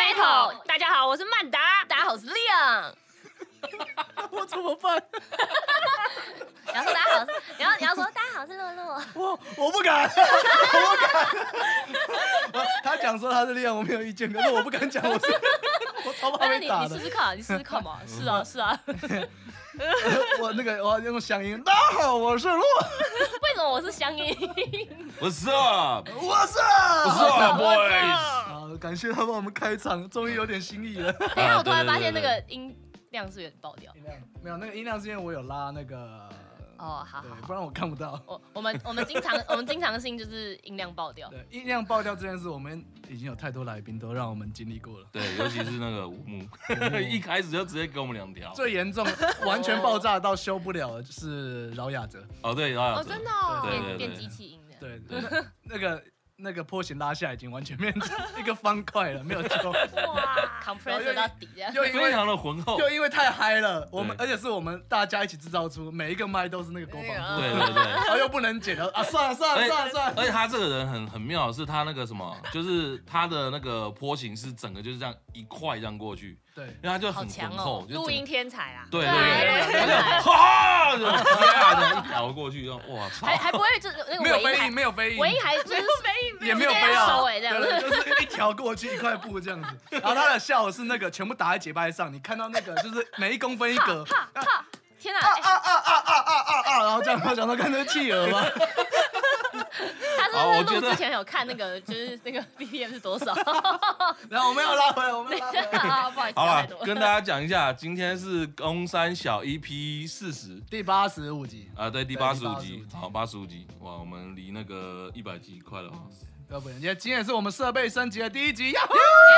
Battle， 大家好，我是曼达， 大家好，我是亮。 我怎么办？ 你要说大家好，你要说大家好，我是洛洛。 我不敢，我不敢。他讲说他是亮，我没有意见，可是我不敢讲，我超怕被打的。 你试试看嘛。是啊。 我要用乡音。大家好，我是洛。 为什么我是乡音 ？What's up？ What's up？ What's up, boys？ 好，感谢他帮我们开场，终于有点新意了。 等一下，我突然发现那个音量是有点爆掉。 没有，那个音量是因为我有拉那个。 哦，好， 不然我看不到。 我们经常性就是音量爆掉。 对，音量爆掉这件事，我们已经有太多来宾都让我们经历过了。 对，尤其是那个吴木，一开始就直接给我们2条。 最严重、完全爆炸到修不了的是饶雅哲。 哦，对，饶雅哲。 真的对， 变机器音的。 对，那个波形拉下已经完全变成一个方块了，没有救。 哇 ，compressor 到底这样。 又非常的浑厚， 又因为太嗨了，而且是我们大家一起制造出，每一个麦都是那个国防部。 对， 然后又不能剪了啊，算了。 而且他这个人很妙，是他那个什么，就是他的那个波形是整个就是这样一块这样过去。 对， 因为他就很浑厚， 录音天才啊。 对，哈，就一条过去，哇操！ 还不会就是那个没有飞音， 尾音还就是也没有飞啊， 收尾这样子， 就是一条过去一块布这样子。然后他的笑是那个全部打在节拍上，你看到那个就是每1公分1格， 天哪！ 然后这样，我想到看那个企鹅吗？ 他是不是录之前有看那个，就是那个 BPM 是多少？ 然后我们要拉回来， 不好意思， 好了，跟大家讲一下，今天是公三小 EP 40， 第85集啊，对，第85集，好，85集，哇，我们离那个100集快了。 要不然，今天也是我们设备升级的第1集，呀！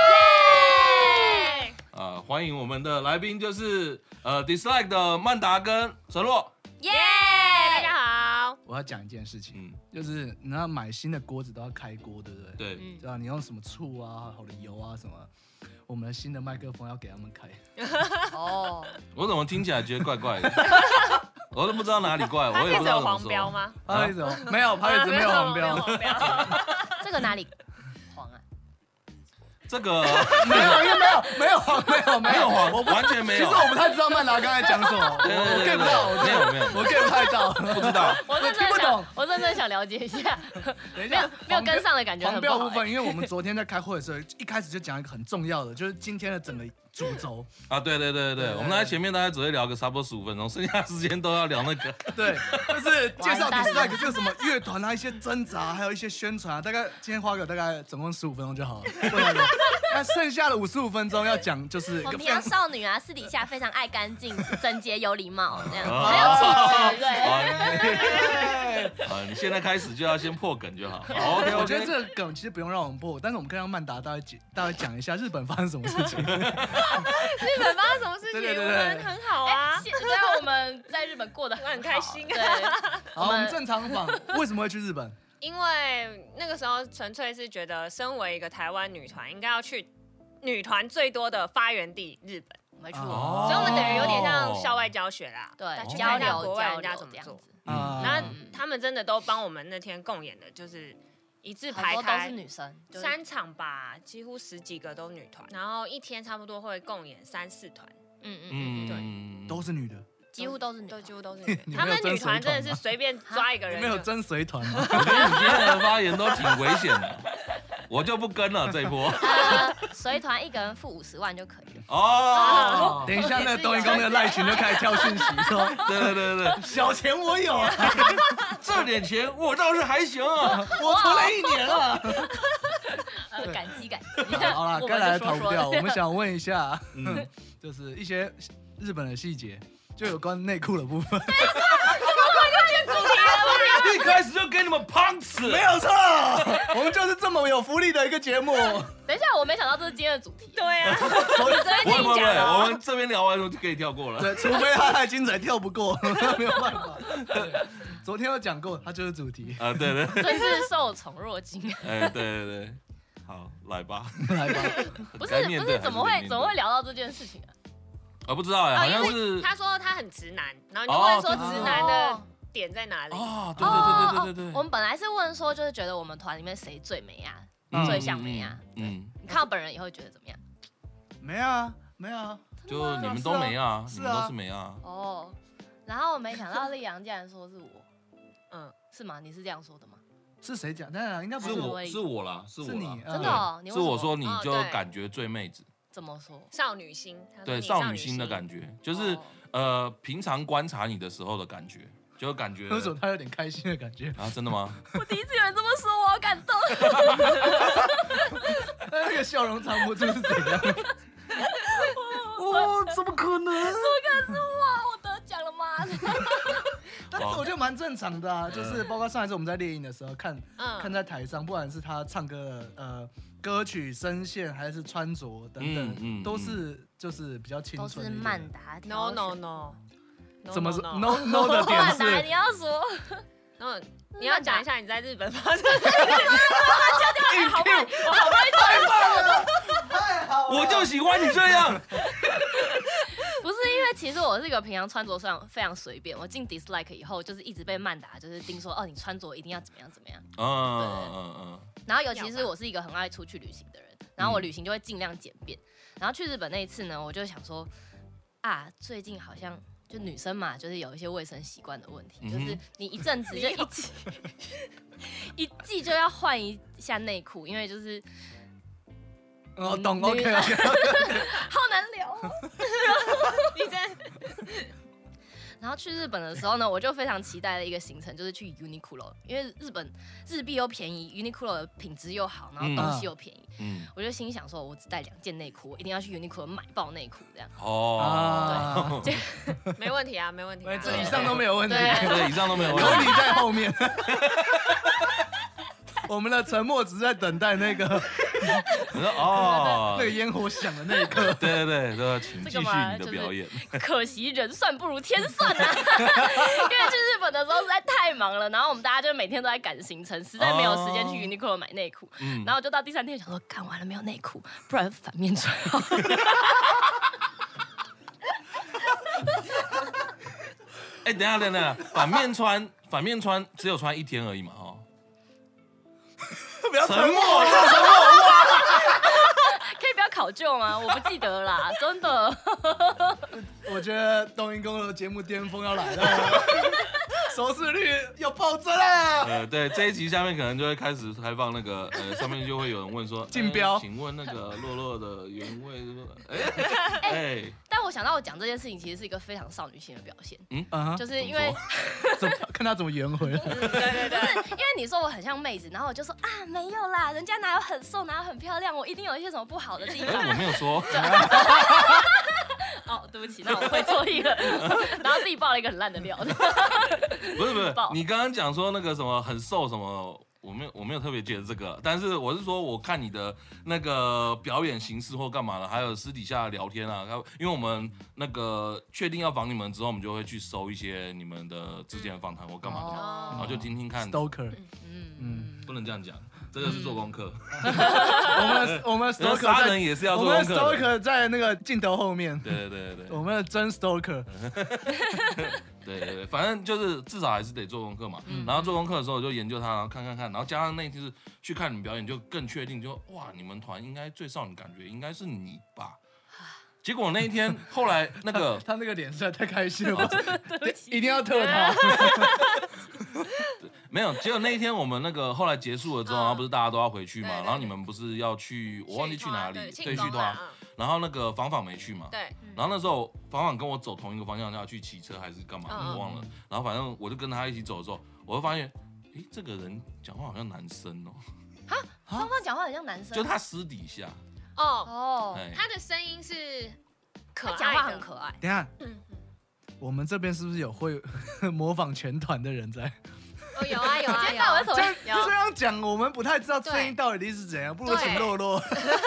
欢迎我们的来宾就是Dislike 的曼达跟陈洛。 耶，大家好。 我要讲一件事情，就是你要买新的锅子都要开锅，对不对？ 对， 对啊，你用什么醋啊、好的油啊什么，我们的新的麦克风要给他们开。 哦， 我怎么听起来觉得怪怪的？我都不知道哪里怪，我也不知道怎么说。 黄标吗？ 没有，拍子没有黄标。 这个哪里黄啊？ 这个没有黄， 我完全没有。 其实我不太知道曼达刚才讲什么，我 get 不到，我 get 不太到， 不知道。 我认真想了解一下。 等一下， 没有跟上的感觉。 黄标部分，因为我们昨天在开会的时候，一开始就讲一个很重要的，就是今天的整个主轴啊，对，我们在前面大概只会聊个差不多15分钟，剩下的时间都要聊那个。 对，就是介绍 Dislike 这个什么乐团啊，一些挣扎，还有一些宣传啊，大概今天花个大概总共15分钟就好了。那剩下的55分钟要讲就是我们要少女啊，私底下非常爱干净、整洁、有礼貌，这样很有气质， 对。你现在开始就要先破梗就好。OK， 我觉得这个梗其实不用让我们破，但是我们可以让曼达大概讲一下日本发生什么事情。 日本发生什么事情？我们很好啊。 对啊，我们在日本过得很开心。 对， 好，我们正常访，为什么会去日本？ 因为那个时候纯粹是觉得，身为一个台湾女团，应该要去女团最多的发源地日本。 没错， 所以我们等于有点像校外教学啦， 对， 去看看国外人家怎么做。 然后他们真的都帮我们那天共演的，就是一字排开， 都是女生 ，3场吧，几乎10几个都女团，然后一天差不多会共演3、4团。 对， 都是女的。 几乎都是女的， 几乎都是女的。他们女团真的是随便抓一个人。 没有真随团吗？ 我觉得你今天的发言都挺危险的，我就不跟了这一波。 随团一个人付50万就可以了。 哦， 等一下，那冬阴功那个赖群就开始跳讯息说， 对， 小钱我有啊， 这点钱我倒是还行啊， 我存了1年了。 感激。 好了，该来逃不掉。我们想问一下，就是一些日本的细节。就有关内裤的部分。 一开始就给你们胖死， 没有错，我们就是这么有福利的一个节目。 等一下，我没想到这是今天的主题。 对啊， 不会，我们这边聊完就可以跳过了。 对，除非他太精彩跳不过，没有办法。昨天有讲过，它就是主题啊，对， 真是受宠若惊。 哎，对，好，来吧。 不是，怎么会聊到这件事情啊？ 我不知道哎，好像是他说他很直男，然后你就问说直男的点在哪里？ 哦，对。 我们本来是问说，就是觉得我们团里面谁最美啊，最像美啊？你看到本人以后觉得怎么样？ 没啊，没啊， 就你们都没啊，你是啊们都是没啊。 哦，然后没想到丽阳竟然说是我，是吗？你是这样说的吗？ 是谁讲？当然应该不是我， 是我啦，是我啦， 是你， 真的哦，你是我说你就对感觉最妹子， 怎么说？ 少女心，他说对你少女心的感觉，就是平常观察你的时候的感觉，就感觉为什么他有点开心的感觉？ 啊，真的吗？ 我第一次有人这么说，我好感动。 那个笑容藏不住是怎样？哦，怎么可能？ 我得奖了吗？ 但是我觉得蛮正常的啊，就是包括上一次我们在猎鹰的时候看在台上，不管是他唱歌的歌曲声线还是穿着等等，都是就是比较青都是春的。 曼达 ，no no no， 怎么说 no 的点曼达， 是你要说， 你要讲一下你在日本发生的事。 硬 Q，太棒了，太好了， 我就喜欢你这样。 不是因为其实我是一个平常穿着上非常随便，我进 Dislike 以后就是一直被曼达就是盯说你穿着一定要怎么样怎么样。然后尤其是我是一个很爱出去旅行的人，然后我旅行就会尽量简便。然后去日本那一次呢，我就想说最近好像就女生嘛，就是有一些卫生习惯的问题，就是你一阵子就一季就要换一下内裤，因为就是懂 OK， 好难聊哦。 你这然后去日本的时候呢，我就非常期待的一个行程就是去 Uniqlo， 因为日币又便宜 ，Uniqlo 的品质又好，然后东西又便宜。我就心想说，我只带2件内裤，我一定要去 Uniqlo 买爆内裤这样。 对， 没问题啊，没问题。 这以上都没有问题， 对，以上都没有问题。 有你在后面。我们的沉默只是在等待那个那个烟火响的那一刻。 对，请继续你的表演。 可惜人算不如天算啊！因为去日本的时候实在太忙了，然后我们大家就每天都在赶行程，实在没有时间去 Uniqlo 买内裤。然后我就到第3天想说，看完了没有内裤，不然反面穿。 等一下，反面穿只有穿1天而已嘛， 不要沉默， 可以不要考究吗？我不记得啦，真的。 我觉得冬阴功的节目巅峰要来了，收视率要爆炸了。 对，这一集下面可能就会开始开放那个上面就会有人问说竞标， 请问那个洛洛的原味但我想到我讲这件事情其实是一个非常少女心的表现，就是因为看他怎么圆回来。 对，因为你说我很像妹子，然后我就说没有啦，人家哪有很瘦，哪有很漂亮，我一定有一些什么不好的地方。 我没有说。 对不起，那我会错意了，然后自己爆了一个很烂的料。 不是，你刚刚讲说那个什么很瘦什么，我没有特别记得这个，但是我是说我看你的那个表演形式或干嘛的，还有私底下聊天啊，因为我们那个确定要访你们之后，我们就会去搜一些你们的之前的访谈或干嘛的，然后就听听看。 Stalker， 不能这样讲。这个是做功课， 我们 stalker 杀人也是要做功课。 我们 stalker 在那个镜头后面。 对， 我们的真 stalker。 对，反正就是至少还是得做功课嘛。然后做功课的时候我就研究他，然后看，然后加上那一次去看你们表演，就更确定你们团应该最少女感觉应该是你吧。结果那一天后来那个他那个脸实在太开心了，一定要特他。 没有，结果那一天我们那个后来结束了之后，然后不是大家都要回去嘛，然后你们不是要去，我忘记去哪里，对，去团，然后那个访没去嘛， 对， 然后那时候访跟我走同一个方向，要去骑车还是干嘛，我忘了，然后反正我就跟他一起走的时候，我会发现，这个人讲话好像男生哦， 芳讲话很像男生， 就他私底下， 他的声音是可爱的， 讲话很可爱。 等一下，我们这边是不是有会模仿全团的人在？ 有啊， 这样讲我们不太知道声音到底是怎样，不如请洛洛。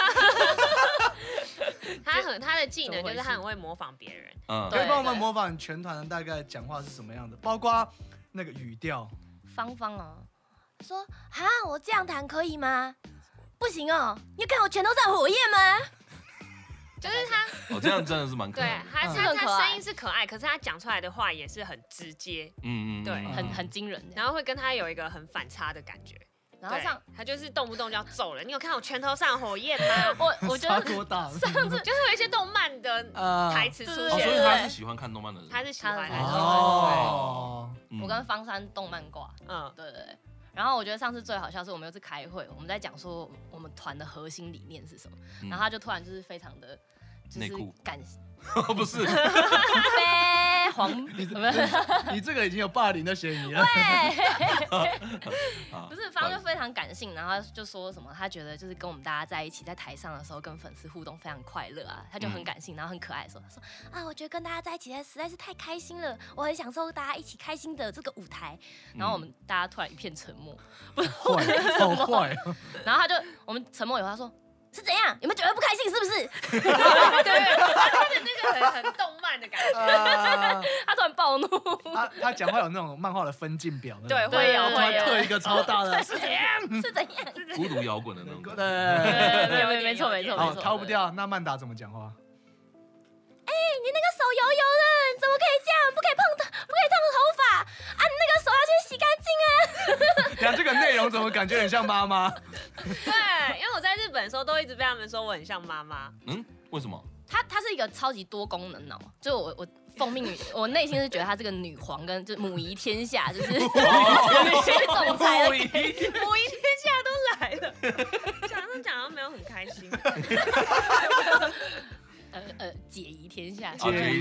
他的技能就是他很会模仿别人， 可以帮我们模仿全团的大概讲话是什么样的，包括那个语调。 芳说我这样弹可以吗？不行哦，你看我拳头上火焰吗？ 就是他， 这样真的是蛮可爱的。 对，他声音是可爱，可是他讲出来的话也是很直接，对， 很惊人， 然后会跟他有一个很反差的感觉。 然后他就是动不动就要揍人。你有看到我拳头上火焰吗？ 我觉得多大？ 上次就是有一些动漫的台词出现， 所以他是喜欢看动漫的人。 他是喜欢的。 我跟方山动漫挂，对。然后我觉得上次最好笑是我们有次开会，我们在讲说我们团的核心理念是什么，然后他就突然就是非常的就是感性。 不是， 你这个已经有霸凌的嫌疑了。 不是，方就非常感性，然后就说什么，他觉得就是跟我们大家在一起，在台上的时候跟粉丝互动非常快乐啊，他就很感性，然后很可爱的说，他说啊，我觉得跟大家在一起实在是太开心了，我很享受大家一起开心的这个舞台。然后我们大家突然一片沉默，不是好坏。 然后我们沉默以后，他说。是怎样？有没有觉得不开心？是不是？ 对，他的那个很动漫的感觉。 他突然暴怒。 他讲话有那种漫画的分镜表。 对，会有。 特一个超大的。 是怎样？是怎样？ 孤独摇滚的那种。 对，没错。 逃不掉。那曼达怎么讲话？ 你那个手油油的，你怎么可以这样？不可以烫头发啊！你那个手要先洗干净啊！ 讲这个内容怎么感觉很像妈妈？ 对，因为我在日本的时候都一直被他们说我很像妈妈。 为什么？ 她是一个超级多功能脑，就我奉命于我内心是觉得她是个女皇跟就母仪天下，就是女总裁， 母仪天下都来了，讲到没有很开心。 解疑天下， 解疑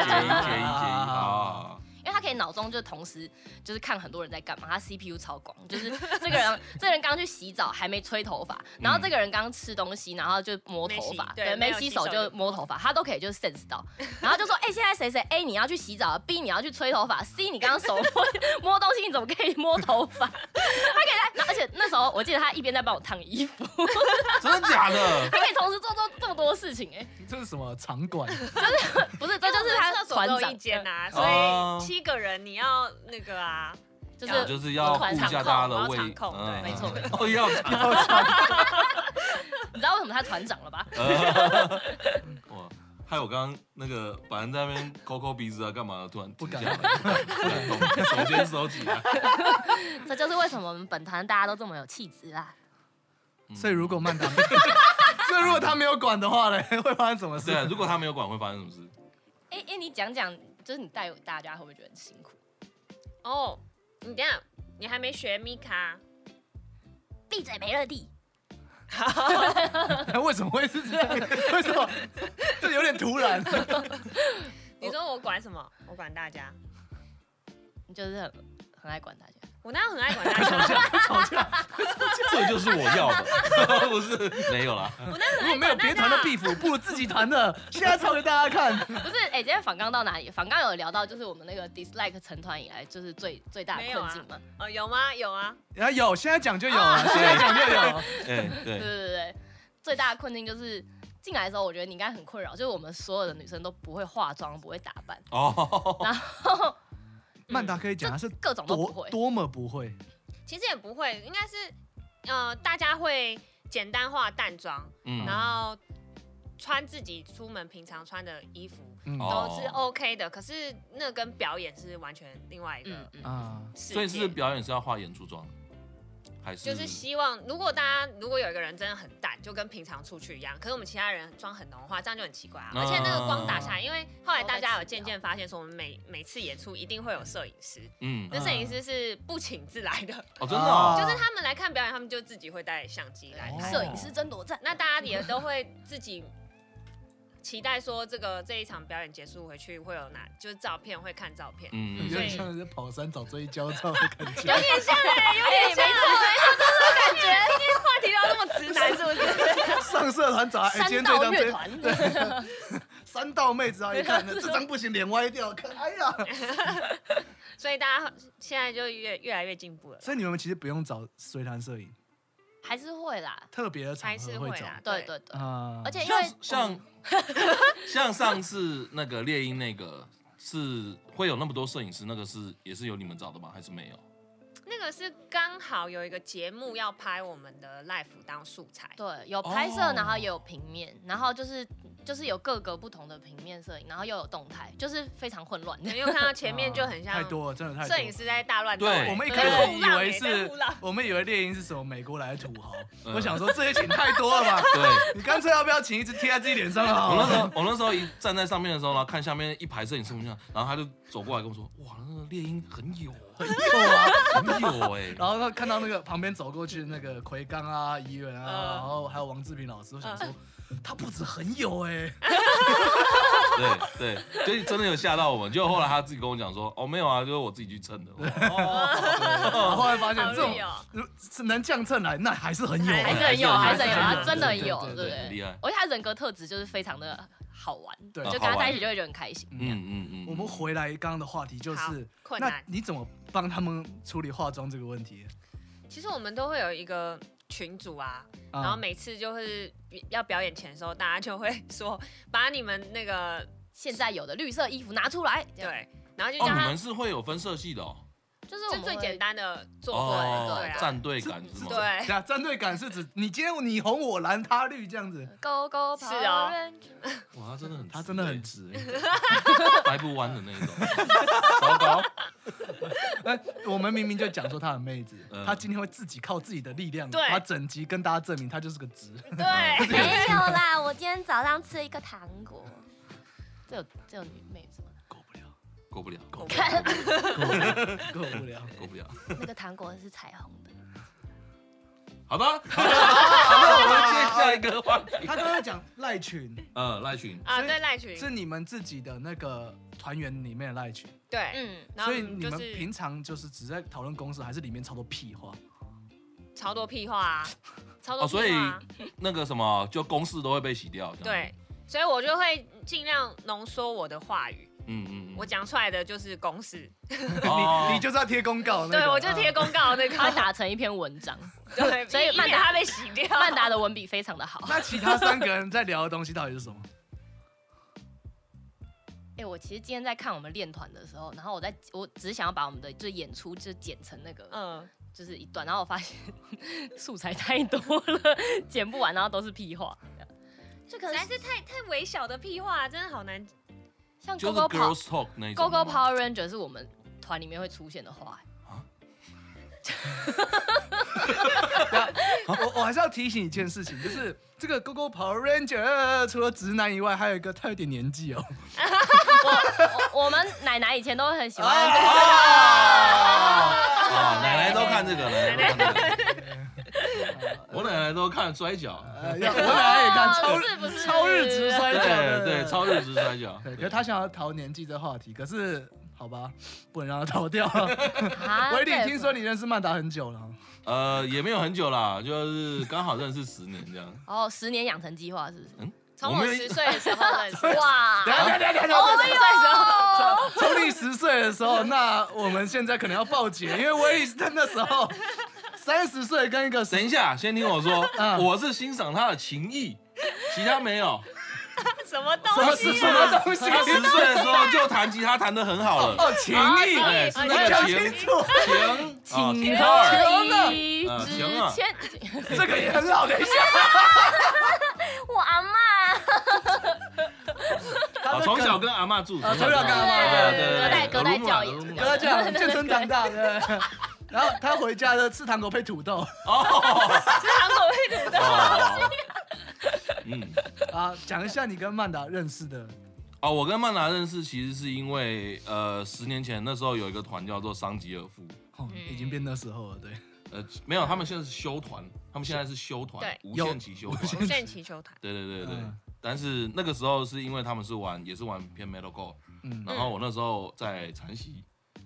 啊！ 因为他可以脑中就同时就是看很多人在干嘛，他 CPU 超广，就是这个人刚去洗澡还没吹头发，然后这个人刚吃东西，然后就摸头发，对，没洗手就摸头发，他都可以就是 sense 到，然后就说现在谁 A 你要去洗澡 ，B 你要去吹头发 ，C 你刚刚手摸东西，你怎么可以摸头发？他可以而且那时候我记得他一边在帮我烫衣服， 真的假的？ 他可以同时做这么多事情这是什么场馆？ 不是，这就是他团长一间啊，所以7个人你要那个啊， 就是要顾一下大家的位， 对，没错。 要你知道为什么他团长了吧？ 哇，害我刚刚那个本来在那边抠鼻子啊，干嘛突然不敢， 手先收起来。 这就是为什么我们本团大家都这么有气质啦。 所以如果曼达，所以如果他没有管的话呢，会发生什么事？ 对，如果他没有管，会发生什么事？ 你讲，就是你带大家会不会觉得很辛苦？ 你等一下，你还没学米卡？ 闭嘴，梅乐蒂。 为什么会是这样？为什么？这有点突然。 你说我管什么？我管大家。 你就是很爱管大家。 我哪有很爱管大家？ 吵架， 这就是我要的，不是没有啦。 如果没有别团的 beef， 不如自己团的，现在吵给大家看。 不是，今天访纲到哪里？访纲有聊到就是我们那个 dislike 成团以来就是最大的困境吗？ 有吗？有啊。 有，现在讲就有了，现在讲就有。 对，最大的困境就是进来的时候，我觉得你应该很困扰，就是我们所有的女生都不会化妆，不会打扮。然后。 曼达可以讲他是各种都不会， 多么不会。 其实也不会，应该是大家会简单化淡妆，然后穿自己出门平常穿的衣服都是 OK 的。可是那跟表演是完全另外一个世界。 所以是表演是要化演出妆。 就是希望，如果有一个人真的很淡，就跟平常出去一样，可是我们其他人妆很浓的话，这样就很奇怪啊。而且那个光打下来，因为后来大家有渐渐发现说，我们每次演出一定会有摄影师，那摄影师是不请自来的。 真的。 就是他们来看表演，他们就自己会带相机来拍。 摄影师争夺战， 那大家也都会自己期待说这一场表演结束回去会有就是照片，会看照片， 有点像是跑山找追焦照的感觉， 有点像有点像，没错，这种感觉。今天话题要那么直男是不是？ 上社团找山道乐团， 山道妹子啊，一看这张不行，脸歪掉，看，哎呀。 所以大家现在就越来越进步了。 所以你们其实不用找随团摄影。 还是会啦， 特别的场合会找， 对，而且因为像上次那个猎鹰那个是会有那么多摄影师，那个也是由你们找的吗？还是没有？ 那个是刚好有一个节目要拍我们的 live 当素材， 对，有拍摄，然后也有平面，然后就是就是有各个不同的平面摄影，然后又有动态，就是非常混乱。 因为看到前面就很像太多了，真的太多。 摄影师在大乱斗。 对， 我们一开始以为是，我们以为猎鹰是什么美国来的土豪，我想说这些请太多了吧？ 对， 你干脆要不要请一直贴在自己脸上好？ 我那时候一站在上面的时候，然后看下面一排摄影师，然后他就走过来跟我说：“哇，那个猎鹰很有。” 很有啊， 很有哎。 然后他看到那个旁边走过去那个奎刚啊、怡媛啊，然后还有王志平老师，我想说他不止很有哎。 对，所以真的有吓到我们。结果后来他自己跟我讲说：“哦，没有啊，就是我自己去称的。” 后来发现这种是能这样称来，那还是很有， 还是很有，还是很有，他真的很有，对不对？ 厉害。 而且他人格特质就是非常的好玩， 对， 就跟他在一起就会觉得很开心。 我们回来刚刚的话题就是，那你怎么帮他们处理化妆这个问题？ 其实我们都会有一个群组啊，然后每次就是要表演前的时候，大家就会说，把你们那个现在有的绿色衣服拿出来， 对，然后就叫他。 你们是会有分色系的哦。 就是我们最简单的做对战队感是吗？ 对， 战队感是指你今天你红我蓝他绿这样子。 Go Go 是哦。 哇， 他真的很直， 掰不弯的那种。糟糕。 我们明明就讲说他很妹子，他今天会自己靠自己的力量，他整集跟大家证明他就是个直。 对， 没有啦，我今天早上吃了一个糖果。这有女妹子吗？ 过不了， 过不了。 那个糖果是彩虹的。 好的，我们接下一个话题。 他刚刚讲赖群， 赖群啊，对，赖群是你们自己的那个团员里面的赖群。 对， 所以你们平常就是只在讨论公司，还是里面超多屁话？ 超多屁话啊，超多屁话。 所以那个什么，就公式都会被洗掉。 对，所以我就会尽量浓缩我的话语。我讲出来的就是公式， 你就是要贴公告， 对我就贴公告那个， 他打成一篇文章， 对，所以曼达他被洗掉， 曼达的文笔非常的好。 那其他3个人在聊的东西到底是什么？ 我其实今天在看我们练团的时候，然后我只是想要把我们的就演出就剪成那个，就是一段，然后我发现素材太多了，剪不完，然后都是屁话， 就可能实在是太微小的屁话，真的好难。 像就是 girls talk 那种。 Go Go Power Ranger 是我们团里面会出现的话。 我还是要提醒一件事情，就是这个 Go Go Power Ranger 除了直男以外，还有一个他有点年纪哦。 我们奶奶以前都很喜欢。 奶奶都看这个，我奶奶都看摔跤， 我奶奶也看超日直摔跤， 对，超日直摔跤。 可是他想要逃年纪这话题，可是好吧，不能让他逃掉。威力，听说你认识曼达很久了？ 也没有很久啦，就是刚好认识10年这样。 10年养成计划是不是？ 从我10岁的时候认识。 哇！ 等我10岁的时候， 从你10岁的时候，那我们现在可能要报警，因为威力是那时候30岁跟一个。 等一下，先听我说，我是欣赏他的情谊，其他没有。 什么东西？ 什么东西？ 他10岁的时候就弹吉他弹得很好了。 情谊， 是那个情情这个也很老。等一下， 我阿嬷。 从小跟阿嬷住， 从小跟阿嬷， 对，隔代教育， 隔代教育，健身长大的。然后他回家的吃糖果配土豆。 吃糖果配土豆。 讲一下你跟曼达认识的。 我跟曼达认识其实是因为10年前那时候有一个团叫做桑吉尔夫， 已经变那时候了，对。 没有，他们现在是休团，他们现在是休团，无限期休团， 无限期休团。 对。但是那个时候是因为他们也是玩偏 metalcore，然后我那时候在禅溪。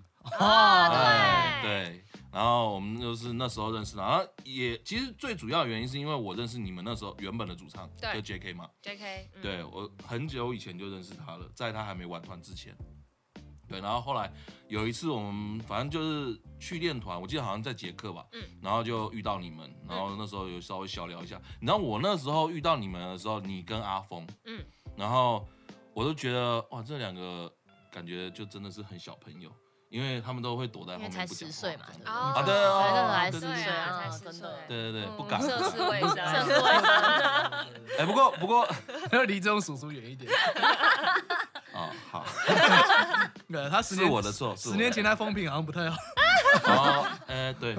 对。然后我们就是那时候认识，然后其实最主要的原因是因为我认识你们那时候原本的主唱，就 JK 嘛。 JK， 对，我很久以前就认识他了，在他还没玩团之前。对，然后后来有一次我们反正就是去练团，我记得好像在捷克吧，然后就遇到你们，然后那时候有稍微小聊一下。你知道我那时候遇到你们的时候，你跟阿峰，然后我都觉得哇，这2个感觉就真的是很小朋友。 因为他们都会躲在后面才不讲 10岁嘛， 啊对才 10岁啊， 才10岁， 对，不敢。 涉世未深， 涉世未深。 哎，不过要离这种叔叔远一点。 哦，好。 对，他是我的错 ，10年前他风评好像不太好。 哦，对。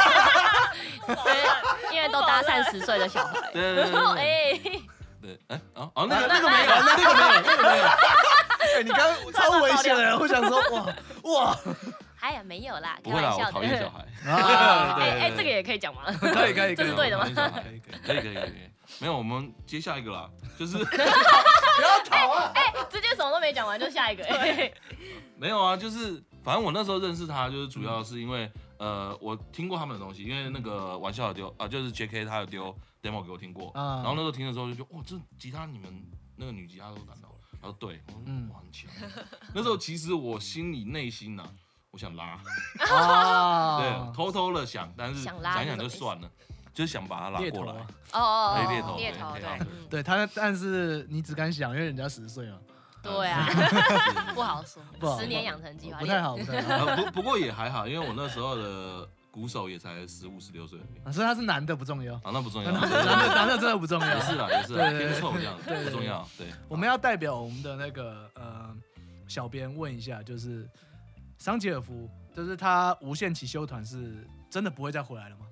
因为都搭30岁的小孩。 对。对，那个没有，那个没有。 哎，你刚刚超危险的，我想说，哇。 哎呀，没有啦， 不会啦，我讨厌小孩。 哎，这个也可以讲吗？ 可以， 这是对的吗？ 可以。没有，我们接下一个啦，就是不要逃啊！ 哎，直接什么都没讲完就下一个。 没有啊，就是反正我那时候认识他，就是主要是因为我听过他们的东西，因为那个玩笑有丢啊，就是 JK 他有丢 demo 给我听过，然后那时候听的时候就觉得，哇，这吉他你们那个女吉他都弹到，他说对，我说哇很强。那时候其实我心里内心呐，我想拉，对，偷偷的想，但是想一想就算了。就是想把他拉过来， 猎头， 对他，但是你只敢想，因为人家10岁嘛。 对啊，不好说，10年养成计划不太好。 不过也还好，因为我那时候的鼓手也才15、16岁， 所以他是男的不重要啊，那不重要， 男的真的不重要， 也是啦，偏臭这样，不重要。对， 我们要代表我们的那个小编问一下，就是桑吉尔夫，就是他无限期休团是真的不会再回来了吗？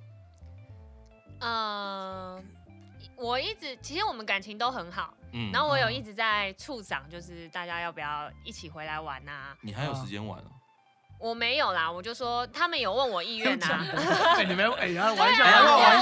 我其实我们感情都很好，然后我有一直在促长，就是大家要不要一起回来玩啊？ 你还有时间玩哦？ 我没有啦，我就说他们有问我意愿啊。 你们玩一下， 一起玩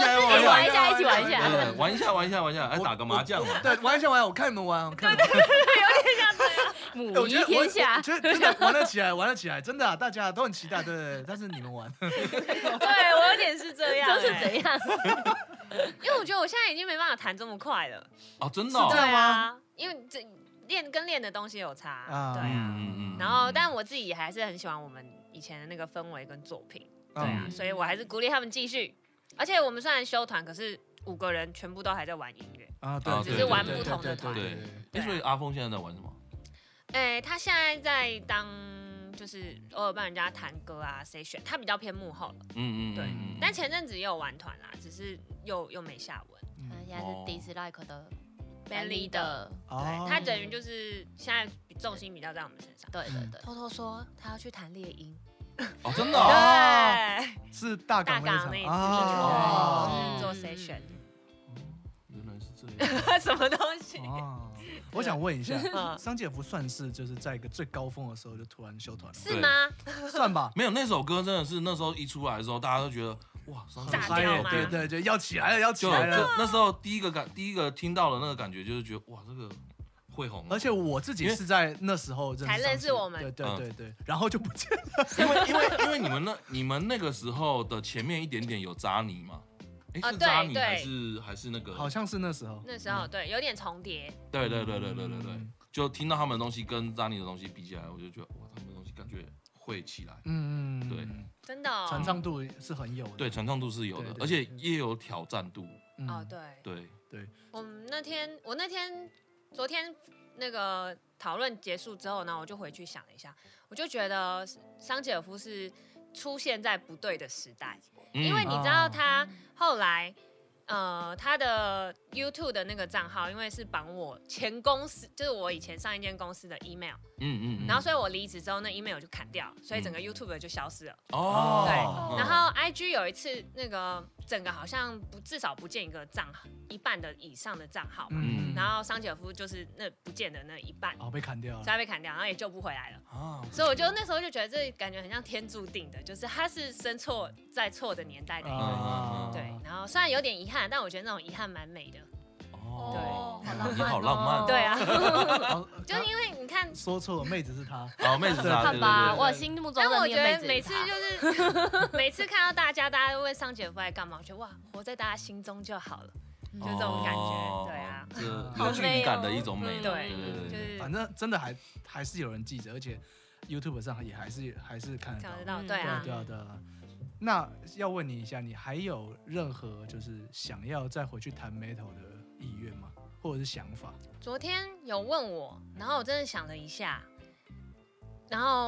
一下，来打个麻将嘛。 对，玩一下，我看你们玩， 对，有点像这样。 母仪天下， 我觉得真的玩得起来，真的，大家都很期待，对，但是你们玩。 对，我有点是这样， 就是怎样？ 因为我觉得我现在已经没办法弹这么快了。 哦，真的？ 对啊，因为这练的东西有差，对啊。然后，但我自己还是很喜欢我们以前的那个氛围跟作品，对啊，所以我还是鼓励他们继续。而且我们虽然休团，可是5个人全部都还在玩音乐啊，对， 只是玩不同的团。 对，所以阿峰现在在玩什么？ 他现在在当就是偶尔帮人家弹歌啊，谁选他比较偏幕后了，对。但前阵子也有玩团啦，只是又没下文。 现在是 Dislike 的 band leader，对，他等于就是现在重心比较在我们身上。 对。 偷偷说他要去弹猎鹰。 哦，真的？ 对， 是大港那一场做谁选？ 原来是这样。 什么东西？ 我想问一下，桑吉尔夫算是就是在一个最高峰的时候就突然休团了， 是吗？ 算吧。 没有，那首歌真的是那时候一出来的时候，大家都觉得哇， 炸掉吗？ 对，要起来了。就那时候第一个听到的那个感觉就是觉得哇，这个会红。 而且我自己是在那时候才认识我们， 对，然后就不见了。 因为你们那个时候的前面一点点有扎尼嘛。是扎尼还是那个？ 好像是那时候。 对，有点重叠。 对，就听到他们的东西跟扎尼的东西比起来，我就觉得哇，他们的东西感觉会起来。对， 真的。 传唱度是很有的。 对，传唱度是有的，而且也有挑战度。 对。我那天昨天那个讨论结束之后呢，我就回去想了一下，我就觉得桑吉尔夫是出现在不对的时代。因为你知道他后来，他的 YouTube 的那个账号，因为是绑我前公司，就是我以前上一间公司的 email，然后所以我离职之后，那 email 就砍掉，所以整个 YouTube 就消失了。对，然后 IG 有一次那个整个好像至少不见一半的以上的账号嘛，然后桑吉尔夫就是那不见的那一半， 被砍掉了， 所以他被砍掉，然后也救不回来了。所以我就那时候就觉得这感觉很像天注定的，就是他是生错在错的年代的一个人，对。然后虽然有点遗憾，但我觉得那种遗憾蛮美的。 你好浪漫。 对啊，就是因为你看说错了，妹子是他， 妹子是他， 看吧，我心目中的那个妹子。但我觉得每次就是每次看到大家都问桑吉尔夫在干嘛，我觉得哇，活在大家心中就好了。就这种感觉，对啊， 有距离感的一种美， 对， 就是反正真的还是有人记着，而且 YouTube 上也还是看得到， 对啊。 那要问你一下，你还有任何就是想要再回去弹 Metal 的意愿吗？或者是想法？昨天有问我，然后我真的想了一下，然后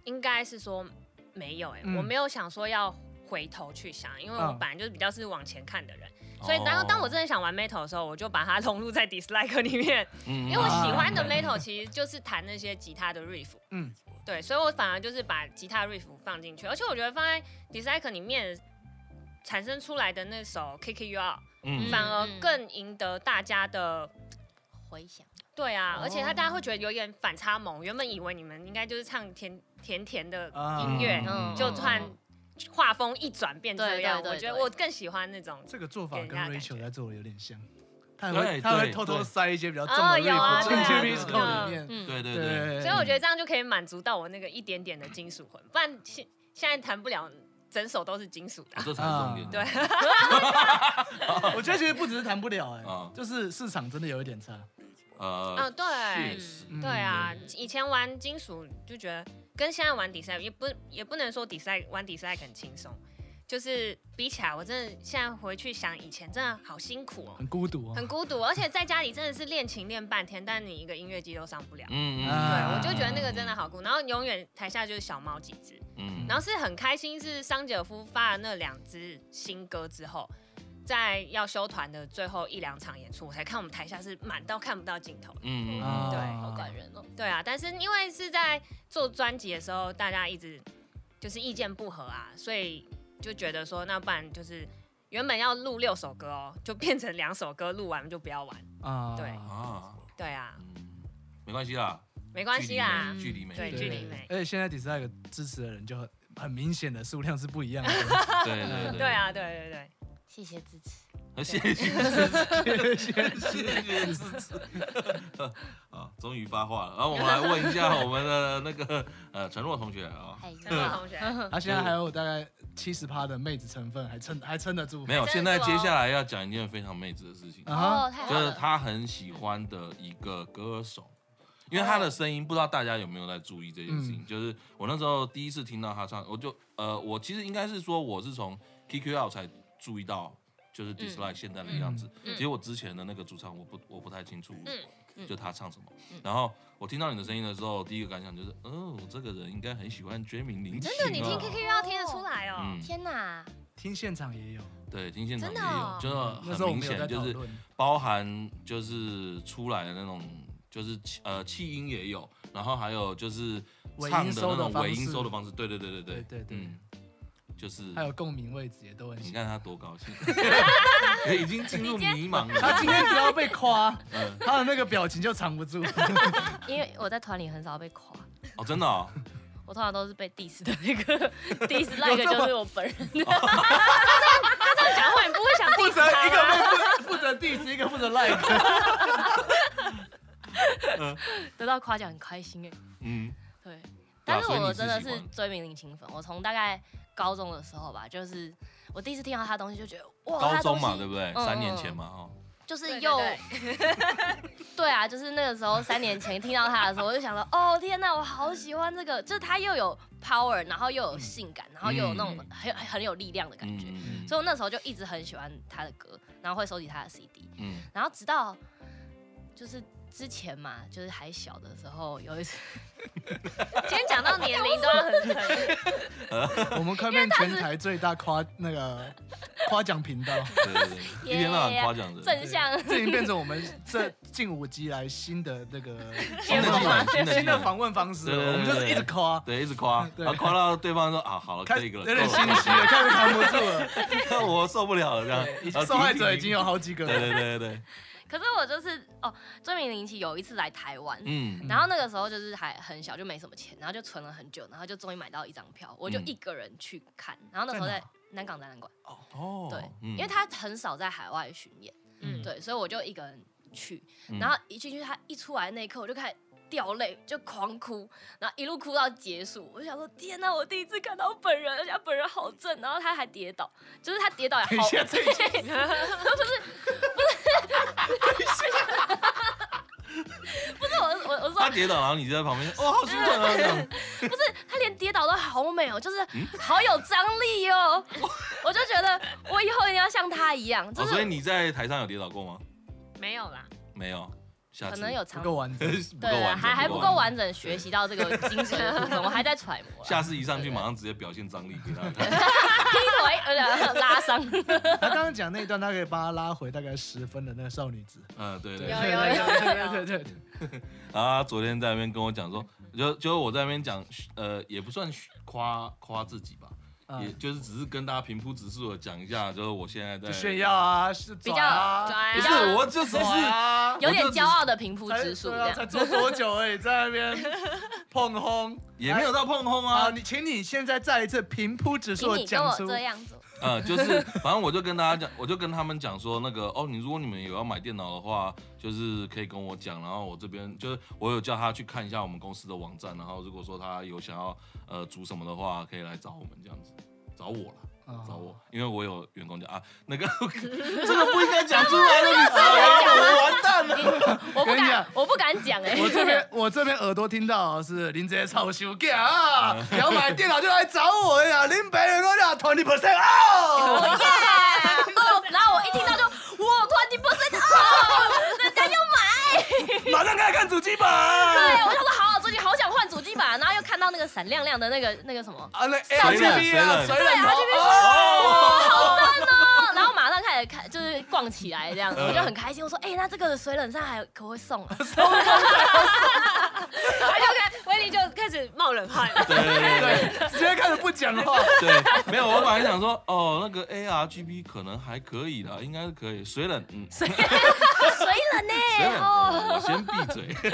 应该是说没有我没有想说要回头去想，因为我本来就是比较是往前看的人，所以当我真的想玩 metal 的时候，我就把它融入在 dislike 里面，因为我喜欢的 metal 其实就是弹那些吉他的 riff，对，所以我反而就是把吉他 riff 放进去，而且我觉得放在 dislike 里面产生出来的那首 Kick You Out，反而更赢得大家的回响。 对啊，而且大家会觉得有点反差萌，原本以为你们应该就是唱甜甜的音乐，就突然画风一转变这样，我觉得我更喜欢那种。 这个做法跟 Rachel 在做的有点像，他会偷偷塞一些比较重的 riff 进去 Risco 里面。 对。 所以我觉得这样就可以满足到我那个一点点的金属魂，不然现在弹不了。整首都是金属的， 这才是重点。 对， 我觉得其实不只是弹不了，就是市场真的有一点差。 对，对啊，以前玩金属就觉得跟现在玩dislike也不能说玩dislike很轻松，就是比起来，我真的现在回去想以前真的好辛苦很孤独很孤独，而且在家里真的是练琴练半天，但你一个音乐机都上不了。对，我就觉得那个真的好孤独，然后永远台下就是小猫几只。然后是很开心，是桑吉尔夫发了那2支新歌之后，在要休团的最后1-2场演出，我才看我们台下是满到看不到尽头。对， 好感人哦。 对啊，但是因为是在做专辑的时候，大家一直就是意见不合啊，所以就觉得说，那不然就是原本要录6首歌就变成2首歌，录完就不要玩。对啊， 没关系啦。 没关系啦， 距离美， 对，距离美。 而且现在dislike支持的人就很明显的数量是不一样的。 对啊，对， 谢谢支持， 谢谢支持。啊，终于发话了。然后我们来问一下我们的那个陈若同学啊， 陈若同学， 他现在还有大概70%的妹子成分，还撑得住。 没有，现在接下来要讲一件非常妹子的事情，就是他很喜欢的一个歌手。因为他的声音，不知道大家有没有在注意这件事情。就是我那时候第一次听到他唱，我其实应该是说我是从 Kick You Out 才注意到，就是 dislike 现在的样子。其实我之前的那个主唱我不太清楚，就他唱什么。然后我听到你的声音的时候，第一个感想就是，我这个人应该很喜欢追名林檎。 真的，你听 Kick You Out 听得出来哦。 天哪！ 听现场也有。 对，听现场也有，就是很明显，就是包含就是出来的那种。就是气音也有，然后还有就是唱的那种尾音收的方式，对，就是还有共鸣位置也都很。 你看他多高兴，已经进入迷茫了。 他今天只要被夸，他的那个表情就藏不住。 因为我在团里很少被夸。 哦，真的哦。 我通常都是被 diss 的那个 dislike 就是我本人。 他这样讲话，你不会想 diss 他？ 一个负责 diss， 一个负责 like。 得到夸奖很开心对，但是我真的是追名林檎粉，我从大概高中的时候吧，就是我第一次听到他的东西就觉得哇， 高中嘛，对不对？3年前嘛， 就是又对啊，就是那个时候3年前听到他的时候，我就想说，哦天哪，我好喜欢这个，就是他又有 power， 然后又有性感，然后又有那种很有力量的感觉，所以我那时候就一直很喜欢他的歌，然后会收集他的 CD，然后直到就是之前嘛，就是还小的时候有一次， 今天讲到年龄都要很我们快变全台最大夸奖频道， 对，一天到晚夸奖的正向， 这已经变成我们这近5集来新的那个新的访问方式，我们就是一直夸， 对，一直夸，然后夸到对方说啊，好了，可以了， 有点心虚了，开始扛不住了， 我受不了了，这样， 受害者已经有好几个了， 对。 可是我就是追名林檎有一次来台湾，然后那个时候就是还很小，就没什么钱，然后就存了很久，然后就终于买到1张票，我就一个人去看，然后那时候在南港展览馆，对，因为他很少在海外巡演，对，所以我就一个人去，然后一进去他一出来那一刻，我就开始掉泪，就狂哭，然后一路哭到结束。我就想说，天哪，我第一次看到本人，而且他本人好正，然后他还跌倒，就是他跌倒也好，不是，我说他跌倒，然后你就在旁边，哇，好心疼啊，这样。 不是，他连跌倒都好美哦，就是好有张力哦。我就觉得我以后一定要像他一样。 所以你在台上有跌倒过吗？ 没有啦， 没有。 可能有不够完整， 对，还不够完整学习到这个精髓的部分，我还在揣摩。 下次一上去马上直接表现张力给他看， 劈腿而且拉伤。 他刚刚讲那一段，他可以帮他拉回大概10分的那个少女值。 对。 有。 啊，昨天在那边跟我讲说，就我在那边讲，也不算夸自己吧。也就是只是跟大家平铺直述的讲一下，就是我现在在炫耀啊， 比较不是，我就只是有点骄傲的平铺直述， 才做多久而已，在那边碰轰， 也没有到碰轰啊。 请你现在再一次平铺直述的讲出， 这样子。 就是反正我就跟大家讲，我就跟他们讲说，那个如果你们有要买电脑的话，就是可以跟我讲，然后我这边就是我有叫他去看一下我们公司的网站，然后如果说他有想要组什么的话，可以来找我们这样子，找我了。找我，因为我有员工讲那个这个不应该讲出来的，你知道吗？我完蛋了。 我不敢讲哎。 我这边耳朵听到是林姐超休假啊，要买电脑就来找我呀，林北员工讲 20% off。 然后我一听到就20% off， 人家要买， 马上开始看主机板。 对，我就说好，最近好想换主机板，然后又看到那个闪亮亮的那个什么那 RGB 啊， 对 RGB。哇，好赞哦！然后马上开始看，就是逛起来这样子，我就很开心。我说，那这个水冷扇还可不会送啊？ 威力就开始冒冷汗， 对，直接开始不讲话。 对，没有，我本来想说，那个 ARGB 可能还可以啦，应该是可以。水冷， 水冷呢？ 我先闭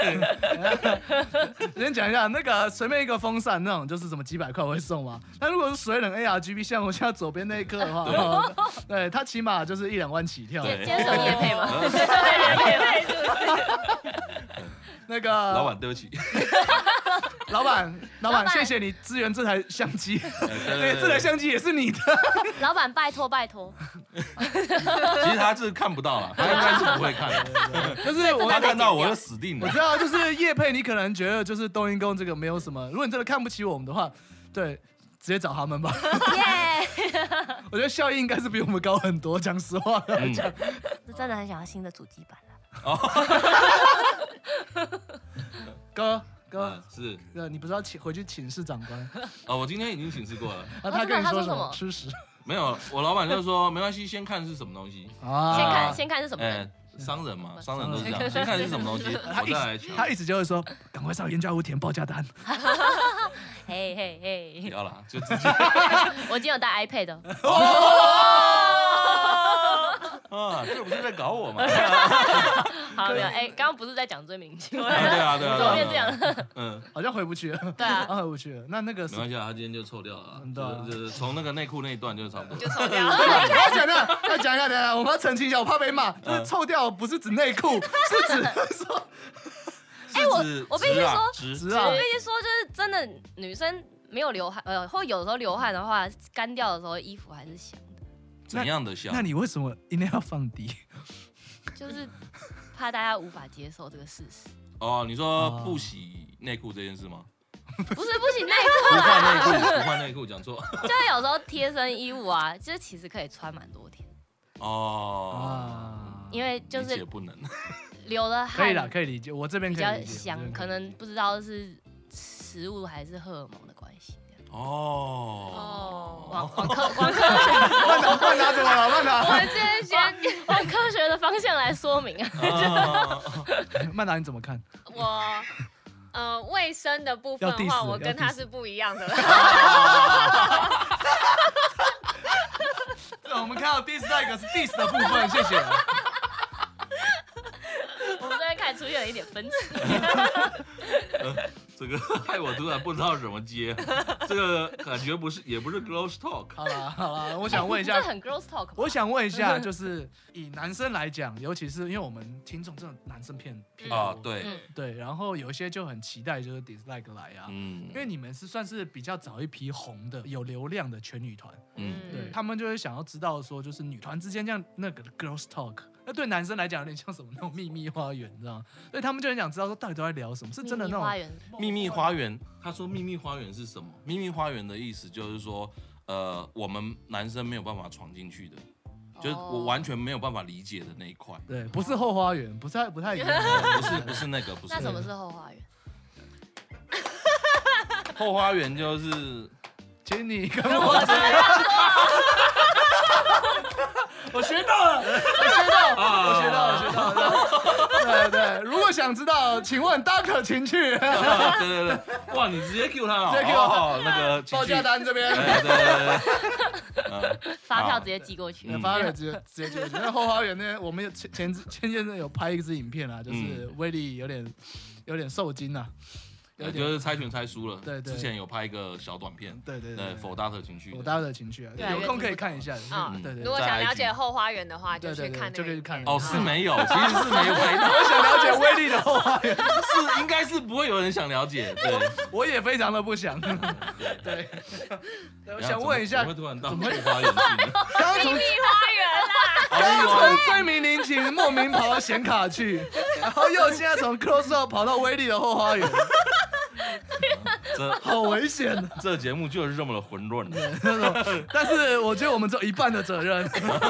嘴。 先讲一下，那个随便一个风扇那种，就是什么几百块会送吗？那如果是水冷 ARGB，像我现在左边那一颗的话，对，它起码就是1-2万起跳。 今天手业配吗？ 业配。 那个老板，对不起。 老板，谢谢你支援这台相机。对，这台相机也是你的。 老板，拜托。 其实他是看不到了，他应该是不会看的。就是我看到我就死定了。 我知道，就是业配，你可能觉得就是冬阴功这个没有什么，如果你真的看不起我们的话，对，直接找他们吧。我觉得效益应该是比我们高很多，讲实话来讲。 真的很想要新的主机板哥， 是， 你不是要回去请示长官？ 我今天已经请示过了。 他跟你说什么？吃屎？ 没有，我老板就说没关系，先看是什么东西。 先看是什么？ 商人嘛，商人都是这样，先看是什么东西，我再来抢。 他一直就会说，赶快上原价屋填报价单。 嘿， 不要啦，就直接。 我今天有带 iPad 的。 这不是在搞我吗？ 好，没有，刚刚不是在讲追明星吗？ 对啊，怎么变这样？ 好像回不去了。 对啊， 回不去了。那个没关系啊，他今天就臭掉了。就是从那个内裤那一段就差不多。 就臭掉了。 再讲一下，等一下，我们要澄清一下，我怕被骂。就是臭掉不是指内裤，是指说。 我必须说，我必须说， 就是真的，女生没有流汗，或有时候流汗的话，干掉的时候衣服还是香的。 怎样的香？ 那你为什么一定要放低？ 就是怕大家无法接受这个事实。 你说不洗内裤这件事吗？ 不是不洗内裤啦， 不换内裤，讲错。 就是有时候贴身衣物啊，就是其实可以穿蛮多天。因为就是不能流了汗， 可以理解。我这边比较香，可能不知道是食物还是荷尔蒙的关系。往科学， 慢拿怎么了？慢拿。 我们今天先往科学的方向来说明啊。 慢拿你怎么看？ 卫生的部分的话，我跟他是不一样的。 我们看到 dislike 是 diss 的部分，谢谢。 我们这边开始出现了一点分歧。 这个害我突然不知道怎么接，这个感觉也不是 gross talk。 好了，我想问一下， 这很 gross talk。 我想问一下，就是以男生来讲，尤其是因为我们听众真的男生偏多，对，然后有一些就很期待就是 dislike 来啊，因为你们是算是比较早一批红的有流量的全女团，对，他们就会想要知道说，就是女团之间这样那个 gross talk。那对男生来讲有点像什么那种秘密花园，你知道吗？所以他们就很想知道说到底都在聊什么，是真的那种秘密花园。他说秘密花园是什么？秘密花园的意思就是说，我们男生没有办法闯进去的就是我完全没有办法理解的那一块。 对，不是后花园，不太一样。 不是那个，不是。 那什么是后花园？ 后花园就是， 请你跟我说。我学到了。对，如果想知道，请问大可情趣。 对，哇，你直接 Q 他， 直接 Q 他， 那个报价单这边。 对， 发票直接寄过去。 发票直接寄过去。那后花园呢？我们前阵有拍一支影片啊，就是威力有点受惊啊。 就是猜拳猜输了。 对， 之前有拍一个小短片。对，否大特情趣。 否大特情趣啊，有空可以看一下。对。 如果想了解后花园的话，就去看那个。就可以看。 哦，是没有，其实是没有拍到。 我想了解威力的后花园， 应该是不会有人想了解。对， 我也非常的不想。对。我想问一下， 怎么会突然到后花园去呢？ 刚从秘密花园啦， 刚从追名林情莫名跑到显卡去，然后又现在从 Close Up 跑到威力的后花园。 这好危险！ 这节目就是这么的混乱。 但是我觉得我们只有一半的责任。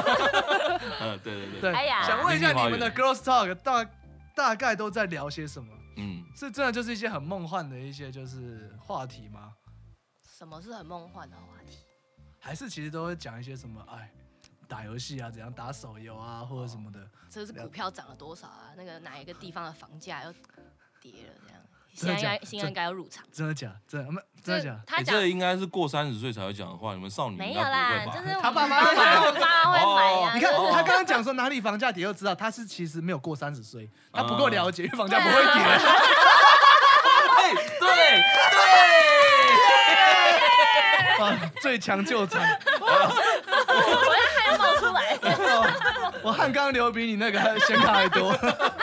对。 哎呀， 想问一下你们的 Girls Talk 大概都在聊些什么？是真的就是一些很梦幻的一些就是话题吗？ 什么是很梦幻的话题？ 还是其实都会讲一些什么？打游戏啊，怎样打手游啊，或者什么的。 这是股票涨了多少啊？那个哪一个地方的房价又跌了这样？现在应该要入场。真的假？真的假？ 这应该是过30岁才会讲的话，你们少女没有啦，就是他爸妈会买呀。 你看他刚刚讲说哪里房价跌，就知道他是其实没有过30岁，他不够了解，因为房价不会跌。 对。 最强救场。 我的汗要冒出来。 我汗刚流比你那个显卡还多。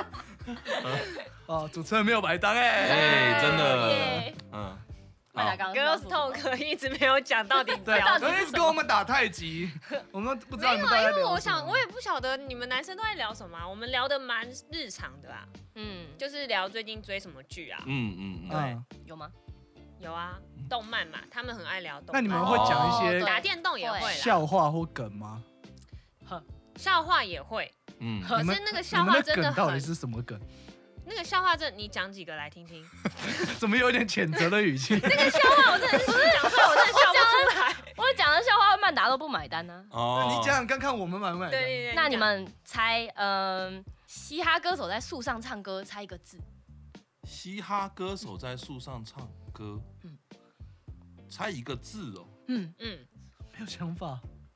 主持人没有白当真的。 Girls Talk 一直没有讲到底聊什么，一直跟我们打太极，我们不知道你们在聊什么。 因为我也不晓得你们男生都在聊什么，我们聊的蛮日常的啊。就是聊最近追什么剧啊。 对，有吗？ 有啊，动漫嘛，他们很爱聊动漫。 那你们会讲一些打电动也会笑话或梗吗？ 笑话也会。可是那个笑话真的到底是什么梗？ 那个笑话你讲几个来听听？ 怎么有点谴责的语气？ 那个笑话我真的不是讲出来，我真的笑不出来。 我讲的笑话，曼达都不买单呢。 你讲讲看我们买不买单？ 对。 那你们猜，嘻哈歌手在树上唱歌，猜一个字。 嘻哈歌手在树上唱歌，猜一个字哦。 没有想法。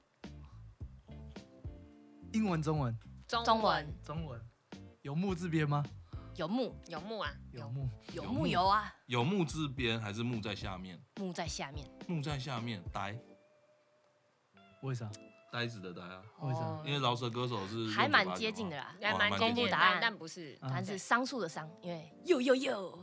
英文、中文？ 中文。 有木字边吗？ 有木啊， 有啊。 有木字边还是木在下面？ 木在下面。 呆。 为啥？ 呆子的呆啊。 为啥？ 因为饶舌歌手是还蛮接近的啦， 还蛮公布答案， 但不是， 答案是桑树的桑，因为有。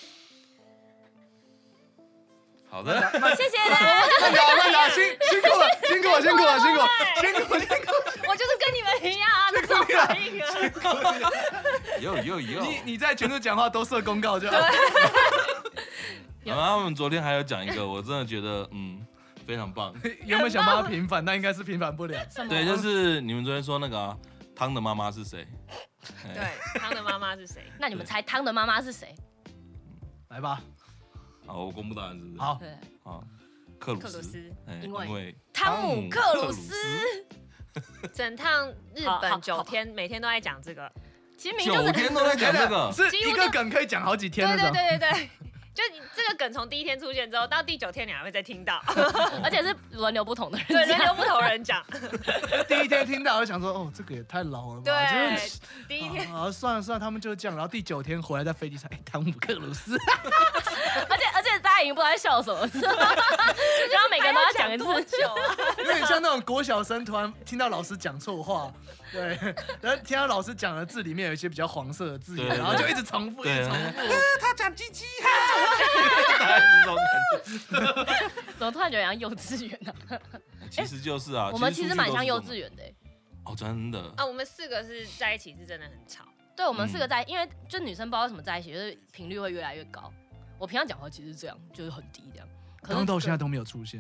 好的， 谢谢大家。 慢打，辛苦了。 我就是跟你们一样啊，这种反应啊。 有。 你在群组讲话都设公告就好。 然后他们昨天还有讲一个，我真的觉得非常棒。 原本想帮他平反，但应该是平反不了。 对，就是你们昨天说那个汤的妈妈是谁？ 对，汤的妈妈是谁？ 那你们猜汤的妈妈是谁？ 来吧。 好，我公布答案是不是？ 好。 克鲁斯。 因为汤姆克鲁斯。 整趟日本9天，每天都在讲这个。 其实9 天都在讲这个， 是一个梗可以讲好几天那种。 对。就这个梗从第1天出现之后，到第9天你还会再听到， 而且是轮流不同的人， 对，轮流不同人讲。 第1天听到，我想说，这个也太老了吧。 对，第1天。 算了，他们就这样。然后第9天回来在飞机上，汤姆克鲁斯。 而且大家已经不知道在笑什么，然后每个人都要讲一次， 有点像那种国小生突然听到老师讲错话，对，然后听到老师讲的字里面有一些比较黄色的字眼，然后就一直重复， 他讲鸡鸡大概是这种感觉。怎么突然觉得像幼稚园呢？ 其实就是啊， 我们其实蛮像幼稚园的。 哦，真的啊，我们4个是在一起是真的很吵。 对，我们4个因为就女生不知道为什么在一起，就是频率会越来越高。我平常讲话其实是这样，就是很低这样。 刚到现在都没有出现，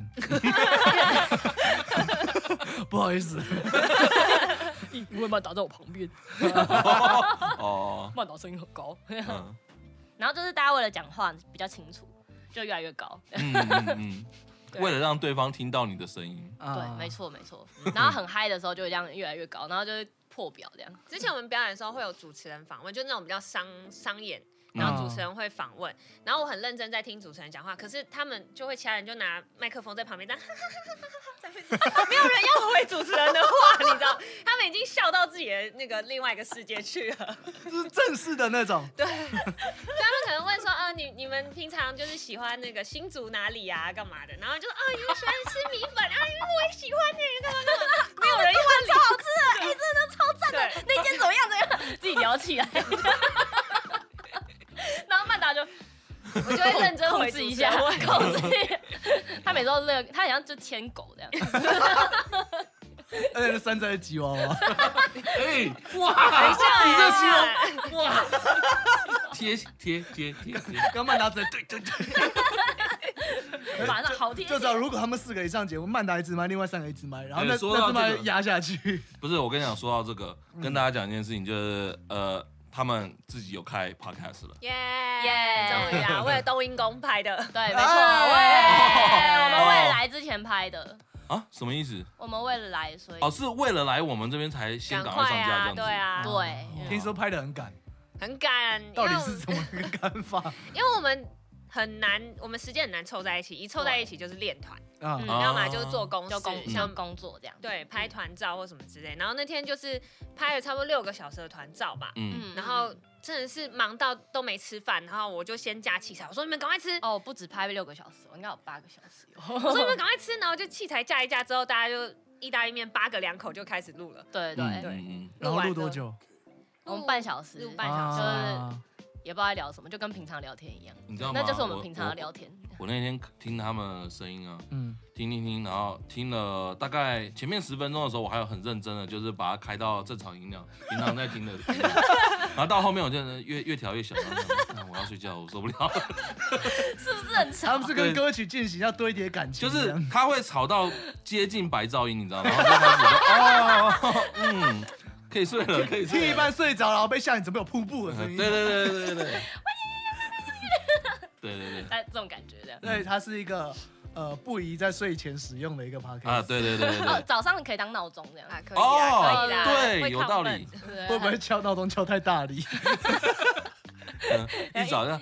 不好意思。 因为曼达在我旁边， 哦， 曼达声音很高，然后就是大家为了讲话比较清楚，就越来越高。 为了让对方听到你的声音。 对，没错。然后很嗨的时候就会这样越来越高，然后就会破表这样。 之前我们表演的时候会有主持人访问，就那种比较商演。然后主持人会访问，然后我很认真在听主持人讲话，可是他们就会其他人就拿麦克风在旁边，但没有人要回主持人的话，你知道，他们已经笑到自己的那个另外一个世界去了， 就是正式的那种。 对，他们可能问说，你们平常就是喜欢那个新竹哪里啊，干嘛的？然后就说，你们喜欢吃米粉啊，因为我也喜欢那个，没有人要超好吃的，真的超赞的，那间怎么样？自己聊起来。然后曼达就， 我就会认真控制一下，控制。他每次都是他好像就牵狗这样。 而且是山寨吉娃娃。 哎， 哇，等一下， 你这形容，哇， 贴， 刚曼达对， 马上好贴。 就知道如果他们4个以上节目，曼达一支麦，另外3个一支麦，然后那支麦压下去。 不是，我跟你讲，说到这个，跟大家讲一件事情，就是他们自己有开 podcast 了， 耶！终于啊，为了冬阴功拍的， 对，没错，我们为了来之前拍的啊，什么意思？ 我们为了来，所以是为了来我们这边才先赶快上架这样子， 对啊， 对， 听说拍得很赶， 很赶， 到底是怎么个赶法？ 因为我们很难，我们时间很难凑在一起，一凑在一起就是练团。要么就是做公事， 像工作这样， 对，拍团照或什么之类。然后那天就是拍了差不多6个小时的团照吧，然后真的是忙到都没吃饭，然后我就先架器材，我说你们赶快吃。 哦，不止拍6个小时，我应该有8个小时。 我说你们赶快吃，然后就器材架一架之后，大家就意大利面8个2口就开始录了。 对。 然后录多久？ 我们半小时， 录半小时， 就是也不知道在聊什么，就跟平常聊天一样。 你知道吗？ 那就是我们平常的聊天。 我那天听他们的声音啊，听，然后听了大概前面10分钟的时候，我还有很认真的，就是把它开到正常音量，平常在听的。然后到后面我就越调越小，我要睡觉，我受不了。 是不是很吵？ 他们是跟歌曲进行要堆叠感情， 就是他会吵到接近白噪音，你知道吗？然后就开始可以睡了，可以睡了。 听一半睡着，然后被吓，你怎么有瀑布的声音？ 对。 哎，这种感觉这样。 对，它是一个不宜在睡前使用的一个 podcast 啊，对。 早上可以当闹钟这样。 可以啦， 对，有道理。 会不会敲闹钟敲太大力？ 一早上，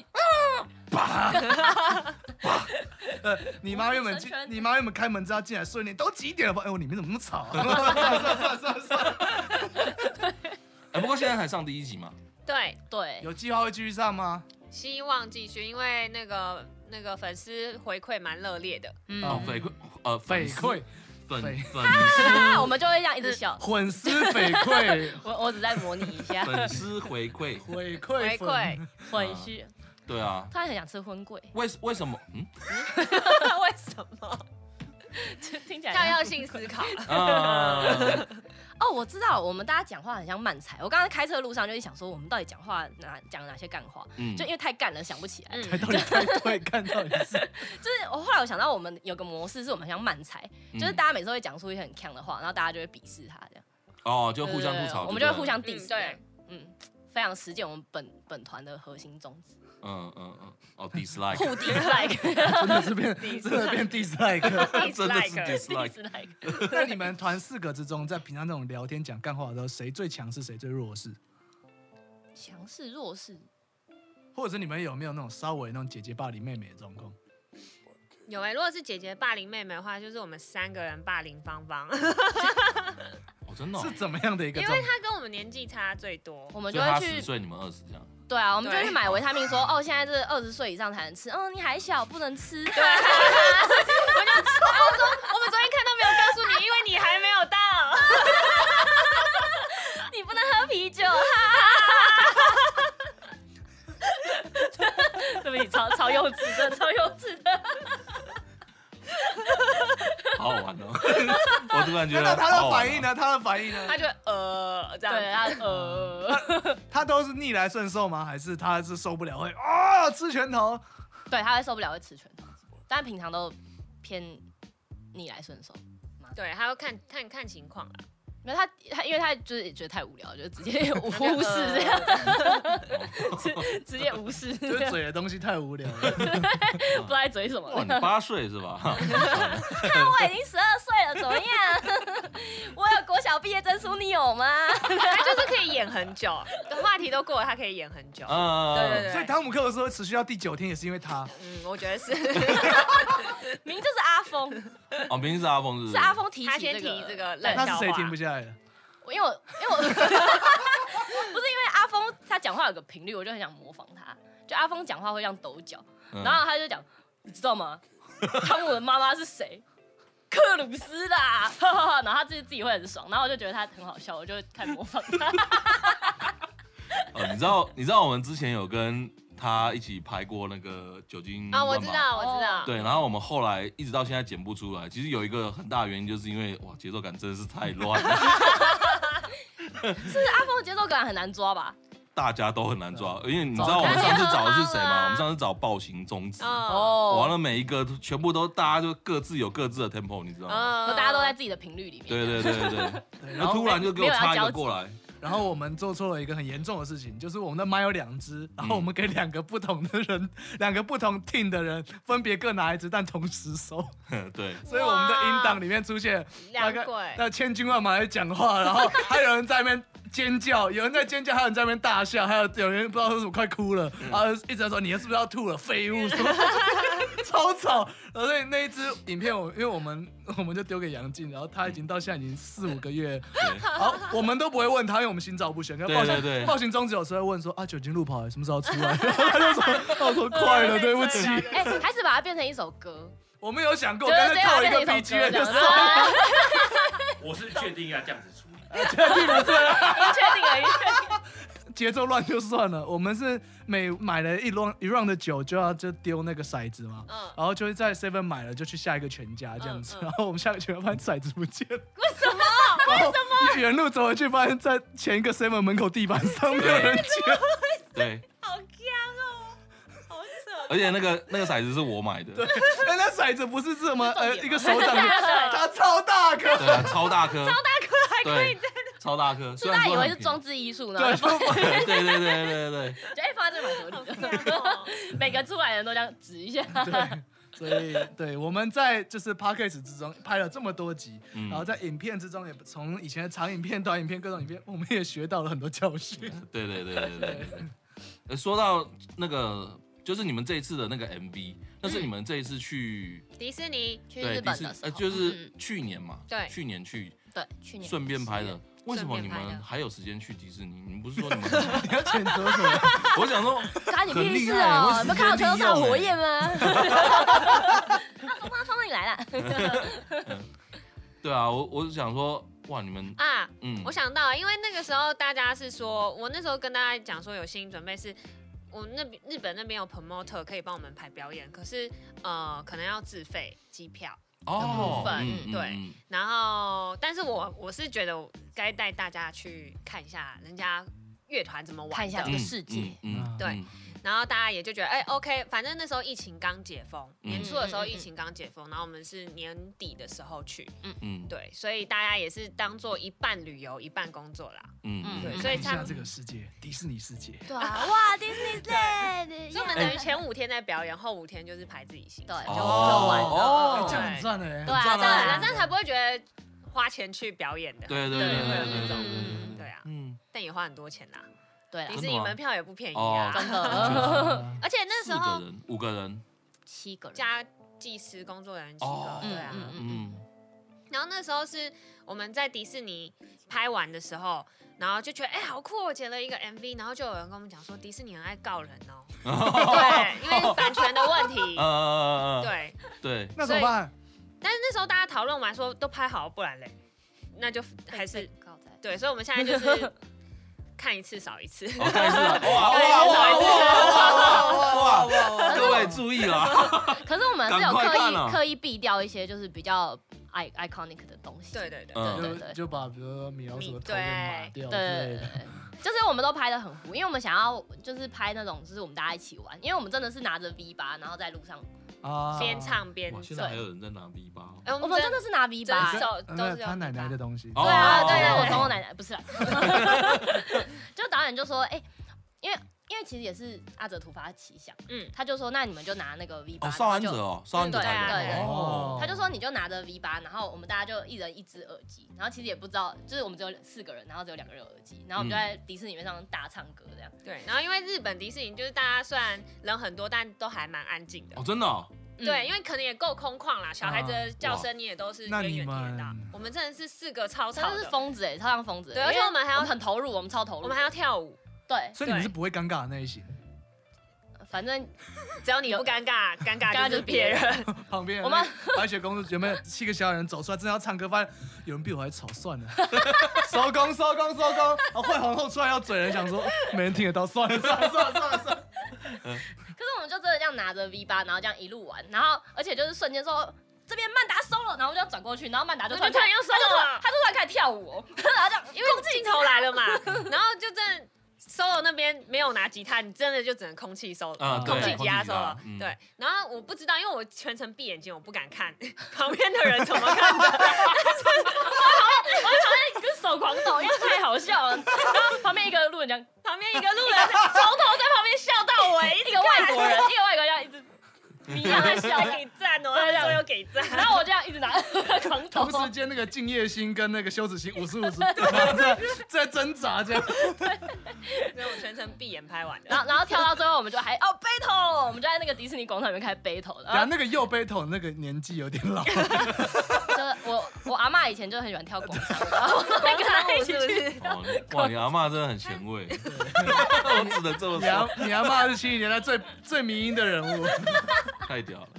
你妈原本开门知道进来睡，你都几点了吧？哎，我里面怎么那么吵？算了。 不过现在才上第1集嘛。 对。 有计划会继续上吗？ 希望继续，因为那个粉丝回馈蛮热烈的。 绯馈，粉我们就会这样一直笑。 粉丝绯馈， 我只在模拟一下。 粉丝回馈， 粉丝。 对啊。 突然很想吃荤桂。 为什么？ 为什么？ 听起来跳跃性思考。 哦，我知道，我们大家讲话很像慢才。我刚刚开车路上就想说，我们到底讲话讲哪些干话？就因为太干了，想不起来。 到底太对，干到底是？ 就是后来我想到，我们有个模式是我们像慢才，就是大家每次会讲出一些很呛的话，然后大家就会鄙视他这样。 哦，就互相吐槽。 我们就会互相 diss。 对， 非常实践我们本团的核心宗旨。 dislike， 互 dislike， 真的是变 dislike， 真的是 dislike。 那你们团4个之中，在平常那种聊天讲干话的时候，谁最强势，谁最弱势？ 强势弱势， 或者是你们有没有那种稍微那种姐姐霸凌妹妹的状况？ 有如果是姐姐霸凌妹妹的话，就是我们3个人霸凌芳芳。 真的是怎么样的一个？ 因为她跟我们年纪差最多， 我们就会去 10岁，你们20这样。 对啊，我们就去买维他命，说现在是20岁以上才能吃，你还小不能吃。对，我们昨天看到没有告诉你，因为你还没有到， 你不能喝啤酒。对不起，超幼稚的，超幼稚的。 好好玩哦！我突然觉得他的反应呢？他就这样， 对， 他都是逆来顺受吗？还是他是受不了会吃拳头？ 对，他会受不了会吃拳头。 但平常都偏逆来顺受。 对，还要看情况啦。 没有他，因为他就是觉得太无聊，就直接忽视这样，直接无视， 就是嘴的东西太无聊了， 不知道在嘴什么。 哇，你8岁是吧？ 看我已经12岁了，怎么样？我有国小毕业证书，你有吗？ 他就是可以演很久，话题都过了，他可以演很久。对。 所以汤姆克鲁斯持续到第9天也是因为他。 我觉得是。 明就是阿峰。 哦，明明是阿峰， 是阿峰提他先提这个冷笑话。 那是谁停不下来的？ 因为我不是因为阿峰他讲话有个频率，我就很想模仿他。就阿峰讲话会这样抖脚，然后他就讲，你知道吗？汤姆的妈妈是谁？克鲁斯啦，然后他自己会很爽，然后我就觉得他很好笑，我就开始模仿他。 你知道我们之前有跟他一起拍过那个酒精啊，我知道。 对，然后我们后来一直到现在剪不出来，其实有一个很大的原因，就是因为节奏感真的是太乱了。 是阿峰的节奏感很难抓吧？ 大家都很难抓，因为你知道我们上次找的是谁吗？我们上次找暴行终止，完了每一个全部都大家就各自有各自的 tempo， 你知道吗？ 大家都在自己的频率里面。 对，然后突然就给我插一个过来。 然后我们做错了一个很严重的事情，就是我们的麦有2支，然后我们给2个不同的人，2个不同 team 的人分别各拿1支，但同时收。 对， 所以我们的音档里面出现大概千军万马在讲话，然后还有人在那边尖叫，有人在尖叫，还有人在那边大笑，还有人不知道为什么快哭了，然后一直在说你是不是要吐了，废物什么，超吵。所以那一支影片因为我们就丢给杨静，然后他已经到现在已经4、5个月，好，我们都不会问他，因为我们心照不宣。 对， 暴行终止有时候会问说酒精路跑什么时候出来？他就说快了，对不起。 还是把它变成一首歌。 我们有想过，但是套一个 BGM 就算了。我是确定要这样子处理， 确定了， 确定了。 节奏乱就算了，我们是每买了一 round 的酒就丢那个骰子嘛，然后就会在 7 买了就去下一个全家这样子，然后我们下个全家发现骰子不见了， 为什么？ 原路走回去发现在前一个 7 门口地板上没有人捡， 对， 好强哦，好扯， 而且那个骰子是我买的， 对，那骰子不是这么一个手掌，它超大颗， 对啊，超大颗还可以在。 超大颗， 是大家以为是装置艺术呢。 对，放在这蛮合理的。每个出来的人都这样指一下。 对，所以对我们在就是 podcast 之中拍了这么多集，然后在影片之中也从以前的长影片、短影片、各种影片，我们也学到了很多教训。 对。说到那个，就是你们这一次的那个 MV， 那是你们这一次去迪士尼去日本的时候， 就是去年嘛， 对， 去年去， 对，去年顺便拍的。为什么你们还有时间去迪士尼？你们不是说你们你要谴责什么？ 我想说， 关你屁事哦！你们看到车上火焰吗？他放那里来了。 对啊，我想说，哇，你们我想到了，因为那个时候大家是说，我那时候跟大家讲说有心理准备是。我日本那边有 promoter 可以帮我们排表演，可是可能要自费机票的部分，对。然后，但是我是觉得该带大家去看一下人家乐团怎么玩， 看一下这个世界， 对。然后大家也就觉得OK， 反正那时候疫情刚解封，年初的时候疫情刚解封，然后我们是年底的时候去，对，所以大家也是当做一半旅游一半工作啦，对，所以看一下这个世界，迪士尼世界， 对啊，哇，迪士尼世界， 所以我们等于前5天在表演，后5天就是排自己行， 对， 就玩， 这样很赞哎， 对啊，这样才不会觉得花钱去表演的， 对， 对啊，但也花很多钱啦。 对， 迪士尼门票也不便宜啊， 真的。 而且那时候 5个人、 7个人加技师、工作人员7个，对啊，然后那时候是我们在迪士尼拍完的时候，然后就觉得好酷，我剪了一个 MV， 然后就有人跟我们讲说迪士尼很爱告人哦，对，因为版权的问题， 对， 那怎么办？ 但是那时候大家讨论完说都拍好，不然嘞，那就还是对，所以我们现在就是。看一次少一次， 看一次哇！各位注意啦！ 可是我们是有刻意避掉一些就是比较 iconic 的东西。 对， 就把比如说米老鼠的头给码掉之类的。 就是我们都拍得很糊，因为我们想要就是拍那种就是我们大家一起玩，因为我们真的是拿着 V8，然后在路上边唱边。 现在还有人在拿 V8， 我们真的是拿 V8， 都是他奶奶的东西。 对啊，对，我从我奶奶不是啦，就导演就说，因为其实也是阿哲突发奇想，他就说那你们就拿那个 V8， 少安哲少安哲对，他就说你就拿着 V8，然后我们大家就一人一只耳机，然后其实也不知道，就是我们只有4个人，然后只有2个人有耳机，然后我们就在迪士尼上大唱歌这样。 对，然后因为日本迪士尼就是大家虽然人很多，但都还蛮安静的。 哦，真的。 对，因为可能也够空旷啦，小孩子的叫声你也都是远远听得到。我们真的是4个超吵的， 真的是疯子超像疯子。 对，而且我们还要很投入，我们超投入， 我们还要跳舞。 对， 所以你们是不会尴尬的那一型。 反正只要你不尴尬，尴尬就是别人。 旁边我们白雪公主有没有7个小人走出来，真的要唱歌，发现有人比我还吵，算了，收工。然后坏皇后出来要嘴人，想说没人听得到，算了。可是我们就真的这样拿着 V8，然后这样一路玩，然后而且就是瞬间说这边曼达收了，然后我就要转过去，然后曼达就突然又收了，他就突然开始跳舞，然后这样因为镜头来了嘛，然后就真的。solo 那边没有拿吉他，你真的就只能空气 solo，空气吉他 solo。对，然后我不知道，因为我全程闭眼睛，我不敢看旁边的人怎么看的。我旁边跟手狂抖，因为太好笑了。然后旁边一个路人从头在旁边笑到尾， 一个外国人要一直。 你让他笑给赞哦，他说有给赞， 然后我这样一直拿狂抖， 同时间那个敬业心跟那个羞耻心50-50在挣扎这样， 所以我全程闭眼拍完的， 然后跳到最后我们就还battle， 我们就在那个迪士尼广场里面开始 battle， 然后那个又 battle 那个年纪有点老， 就是我阿嬷以前就很喜欢跳广场，然后跟她一起去。 哇，你阿嬷真的很前卫，我只能这么说。 你阿嬷是70年代最迷因的人物。 太屌了！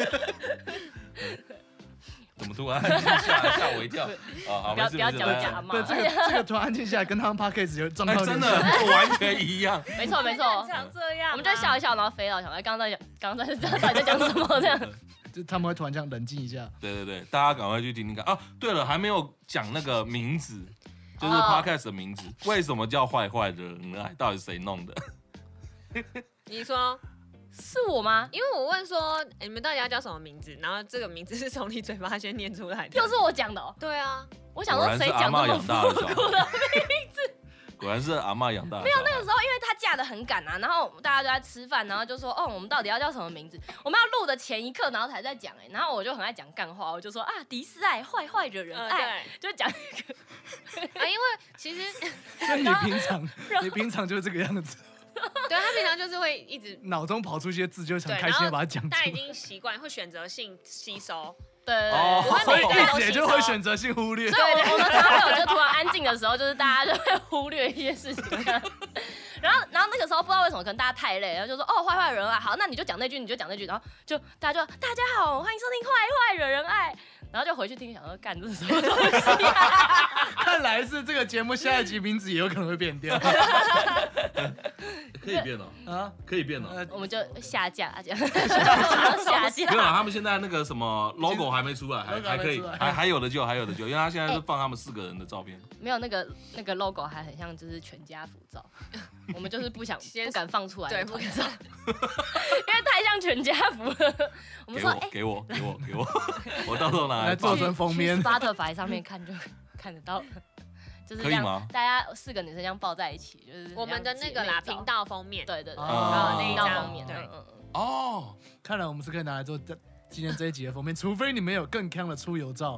怎么突然安静下来，吓我一跳？好， 不要讲阿嬷。 对，这个突然安静下来，跟他们 podcast 有状况真的完全一样。 没错， 像这样， 我们就笑一笑，然后飞到想，刚才到底在讲什么这样？ 就他们会突然这样冷静一下。 对，大家赶快去听听看啊！对了，还没有讲那个名字，就是 podcast 的名字，为什么叫坏坏的人爱？到底谁弄的？ 你说。 是我吗？ 因为我问说，你们到底要叫什么名字？然后这个名字是从你嘴巴先念出来的。 又是我讲的哦。 对啊， 我想说谁讲这么复古的名字？ 果然是阿嬷养大的。 没有，那个时候因为他嫁得很赶啊，然后大家都在吃饭，然后就说我们到底要叫什么名字？我们要录的前一刻，然后才在讲然后我就很爱讲干话，我就说迪斯爱坏坏的人爱，就讲一个因为其实， 所以你平常就是这个样子。 对，他平常就是会一直脑中跑出一些字，就想开心的把它讲出来。 他已经习惯会选择性吸收， 对， 所以一姐就会选择性忽略。 所以我们常常会有就突然安静的时候，就是大家就会忽略一些事情。然后那个时候不知道为什么，可能大家太累，然后就说坏坏人爱，好，那你就讲那句，然后就大家好，欢迎收听坏坏惹人爱。然后就回去听，想说干这是什么东西看来是这个节目下一集名字也有可能会变掉。 可以变哦，可以变哦。 我们就下架这样， 下架。没有，他们现在那个什么 logo 还没出来，还可以，还有的救，因为他现在是放他们4个人的照片。 没有那个 logo 还很像就是全家福照，我们就是不敢放出来的团照，因为太像全家福了。我们说给我，我到时候拿来做成封面。 Spotify 上面看就看得到。就是这样，大家4个女生这样抱在一起，就是我们的那个频道封面， 对， 那一张封面，对， 看来我们是可以拿来做今天这一集的封面，除非你们有更强的出游照，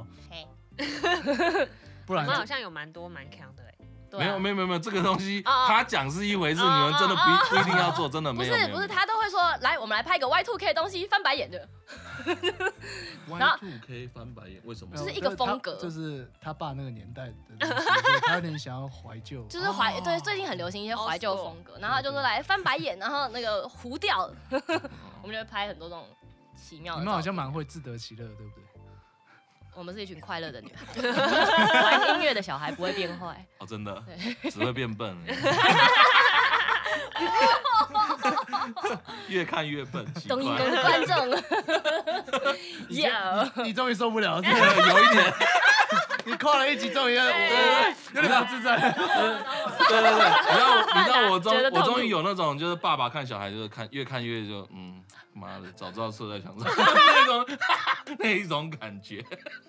不然我们好像有蛮强的。 没有，这个东西他讲是一回事，你们真的不一定要做，真的没有。 不是，他都会说来，我们来拍个 Y2K 的东西，翻白眼的。 Y2K 翻白眼，为什么？ 就是一个风格， 就是他爸那个年代的东西，他有点想要怀旧， 就是对，最近很流行一些怀旧风格，然后他就说来翻白眼，然后那个糊掉，我们就会拍很多这种奇妙的。 你们好像蛮会自得其乐，对不对？ 我们是一群快乐的女孩，玩音乐的小孩不会变坏。 真的，只会变笨。越看越笨， 懂音的观众， 你终于受不了， 有一点， 你跨了一集，终于有点不自在。 翻对，你知道我终于有那种就是爸爸看小孩就是越看越就妈的早知道射在墙上那一种感觉。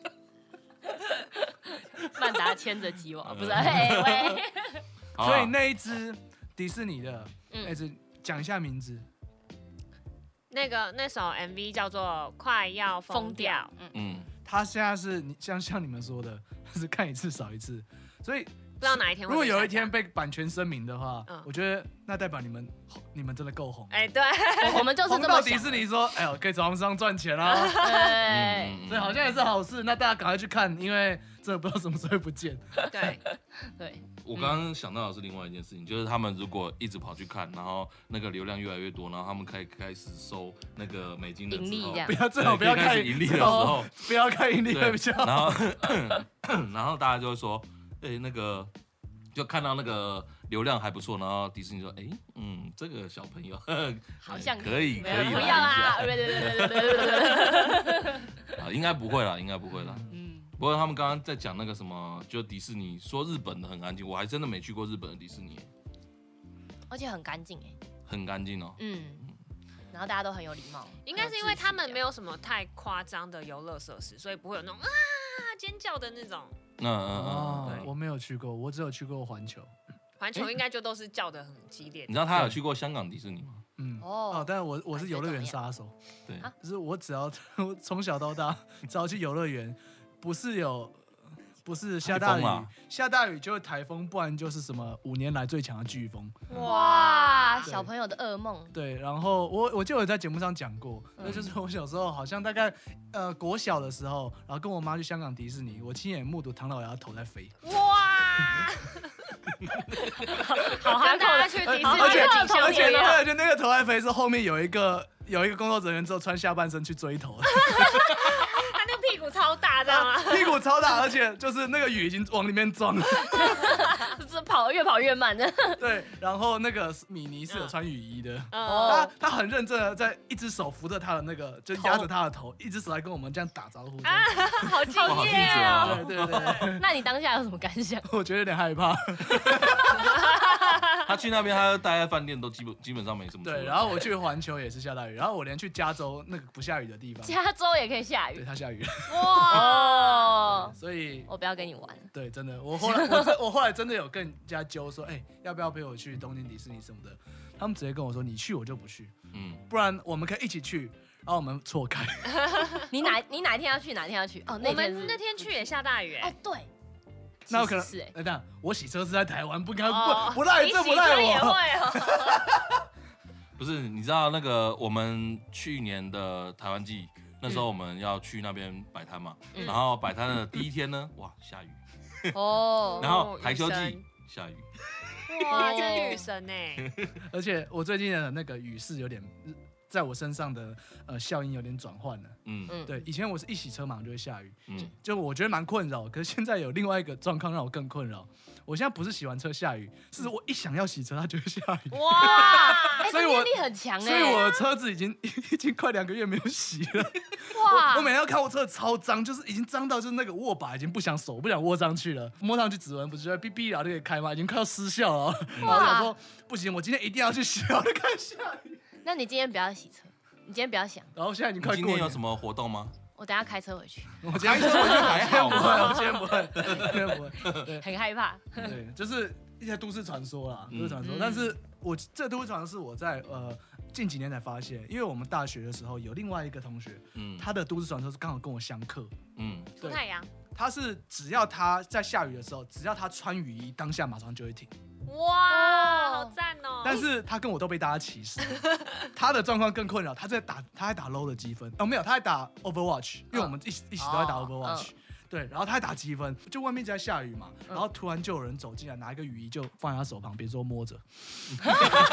曼达牵着吉娃，不是？喂。 所以那一支迪士尼的，那支讲一下名字。 那首 MV 叫做《快要疯掉》。 他现在是像你们说的，是看一次少一次，所以不知道哪一天会。 如果有一天被版权声明的话，我觉得那代表你们真的够红。 对， 我们就是这么想。 红到迪士尼说，哎呦，可以从上赚钱啦。对，所以好像也是好事。那大家赶快去看，因为真的不知道什么时候会不见。 对。 我刚刚想到的是另外一件事情，就是他们如果一直跑去看，然后那个流量越来越多，然后他们开始收那个美金的盈利， 最好不要看盈利的时候， 不要看盈利会比较好。 然后大家就会说，那个就看到那个流量还不错，然后迪士尼说，这个小朋友好像可以不要啦， 应该不会啦。不过他们刚刚在讲那个什么，就迪士尼说日本的很安静，我还真的没去过日本的迪士尼， 而且很干净很干净哦。 然后大家都很有礼貌， 应该是因为他们没有什么太夸张的游乐设施，所以不会有那种尖叫的那种。 我没有去过，我只有去过环球。 环球应该就都是叫的很激烈。 你知道他有去过香港迪士尼吗？ 但是我是游乐园杀手。 对， 就是我从小到大只要去游乐园。不是下大雨就是台风，不然就是什么5年来最强的飓风。 哇，小朋友的噩梦。 对，然后我就有在节目上讲过，那就是我小时候好像大概国小的时候，然后跟我妈去香港迪士尼，我亲眼目睹唐老鸭头在飞。 哇！好哈大家去迪士尼， 而且那个头在飞是后面有一个工作人员之后穿下半身去追头。 他那屁股超大，知道吗？ 屁股超大，而且就是那个雨已经往里面撞了， 越跑越慢的。 对，然后那个米妮是有穿雨衣的，他很认真的在一只手扶着他的那个，就压着他的头，一只手来跟我们这样打招呼。 好敬业哦！ 对。 那你当下有什么感想？ 我觉得有点害怕。 他去那边，他待在饭店都基本上没什么。 对，然后我去环球也是下大雨，然后我连去加州那个不下雨的地方， 加州也可以下雨， 对，它下雨。 哇！ 所以我不要跟你玩。 对，真的，我后来真的有跟人家揪说，要不要陪我去东京迪士尼什么的？他们直接跟我说，你去我就不去，不然我们可以一起去，然后我们错开。 你哪一天要去？哪天要去？ 我们那天去也下大雨。 对。 那有可能是等我洗车是在台湾，不赖这不赖我。 也会不是，你知道那个我们去年的台湾季，那时候我们要去那边摆摊嘛，然后摆摊的第一天呢，哇，下雨。然后台球季下雨。 哇，这雨神呢！ 而且我最近的那个雨势有点在我身上的效应有点转换了。对，以前我是一洗车马上就会下雨，就我觉得蛮困扰。可是现在有另外一个状况让我更困扰。我现在不是洗完车下雨，是我一想要洗车，它就会下雨。 哇，所以能力很强所以我的车子已经快2个月没有洗了。 哇， 我每天要看我车子超脏，就是已经脏到就是那个握把已经不想握上去了，摸上去指纹不是就哔哔然后就可以开吗？已经快要失效了。然后我想说不行，我今天一定要去洗，我就看下雨。 那你今天不要洗车，你今天不要想。 然后现在已经快过年。 今天有什么活动吗？ 我等下开车回去。 我开车回去还好，我今天不会，对， 很害怕。 对，就是一些都市传说啦，都市传说。但是这都市传说是我在近几年才发现，因为我们大学的时候有另外一个同学，他的都市传说是刚好跟我相克。 出太阳。 他是只要他在下雨的时候，只要他穿雨衣，当下马上就会停。 哇，好赞哦！ 但是他跟我都被大家歧视，他的状况更困扰。他还打 low 的积分没有，他还打 Overwatch， 因为我们一起都在打 Overwatch。对，然后他还打积分，就外面一直在下雨嘛，然后突然就有人走进来，拿一个雨衣就放在他手旁边，说摸着， 供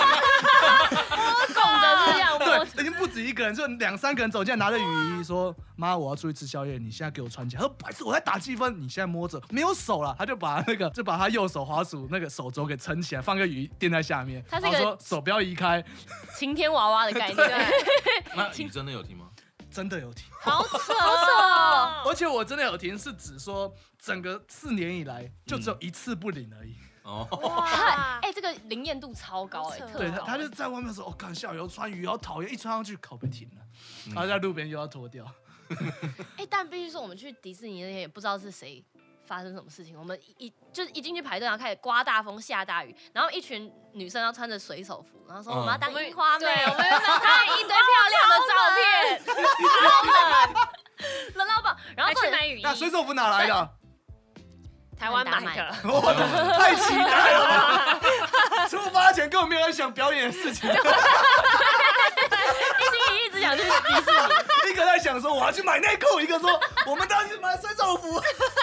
着是这样摸着， 对，已经不止一个人，就2-3个人走进来，拿着雨衣说：“妈，我要出去吃宵夜，你现在给我穿起来。”他说：“白痴，我在打积分，你现在摸着，没有手了。”他就把他右手滑鼠那个手肘给撑起来，放个雨衣垫在下面，他说手不要移开， 晴天娃娃的概念。 那你真的有停吗？ 真的有停， 好扯！ 而且我真的有停，是指说整个4年以来就只有1次不领而已。 哇，这个灵验度超高对，他就在外面说，看下雨要穿雨衣，好讨厌，一穿上去靠背停了，然后在路边又要脱掉。 但必须说我们去迪士尼那天也不知道是谁发生什么事情，我们一进去排队，然后开始刮大风下大雨，然后一群女生要穿着水手服，然后说我们要当樱花妹，我们要拍一堆漂亮的照片，超冷，冷到爆。然后去买雨衣， 那水手服哪来的？ 台湾买的， 太期待了吧！出发前根本没有人想表演的事情，一心一意只想去迪士尼。 一个在想说我要去买内裤，一个说我们都要去买水手服。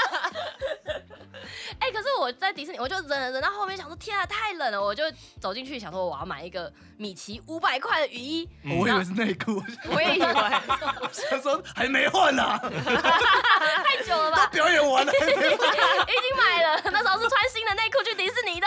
可是我在迪士尼，我就忍到后面想说，天啊，太冷了，我就走进去想说我要买一个米奇500块的雨衣。 我以为是内裤， 我也以为， 想说还没换呢， 太久了吧？ 都表演完了， 已经买了，那时候是穿新的内裤去迪士尼的。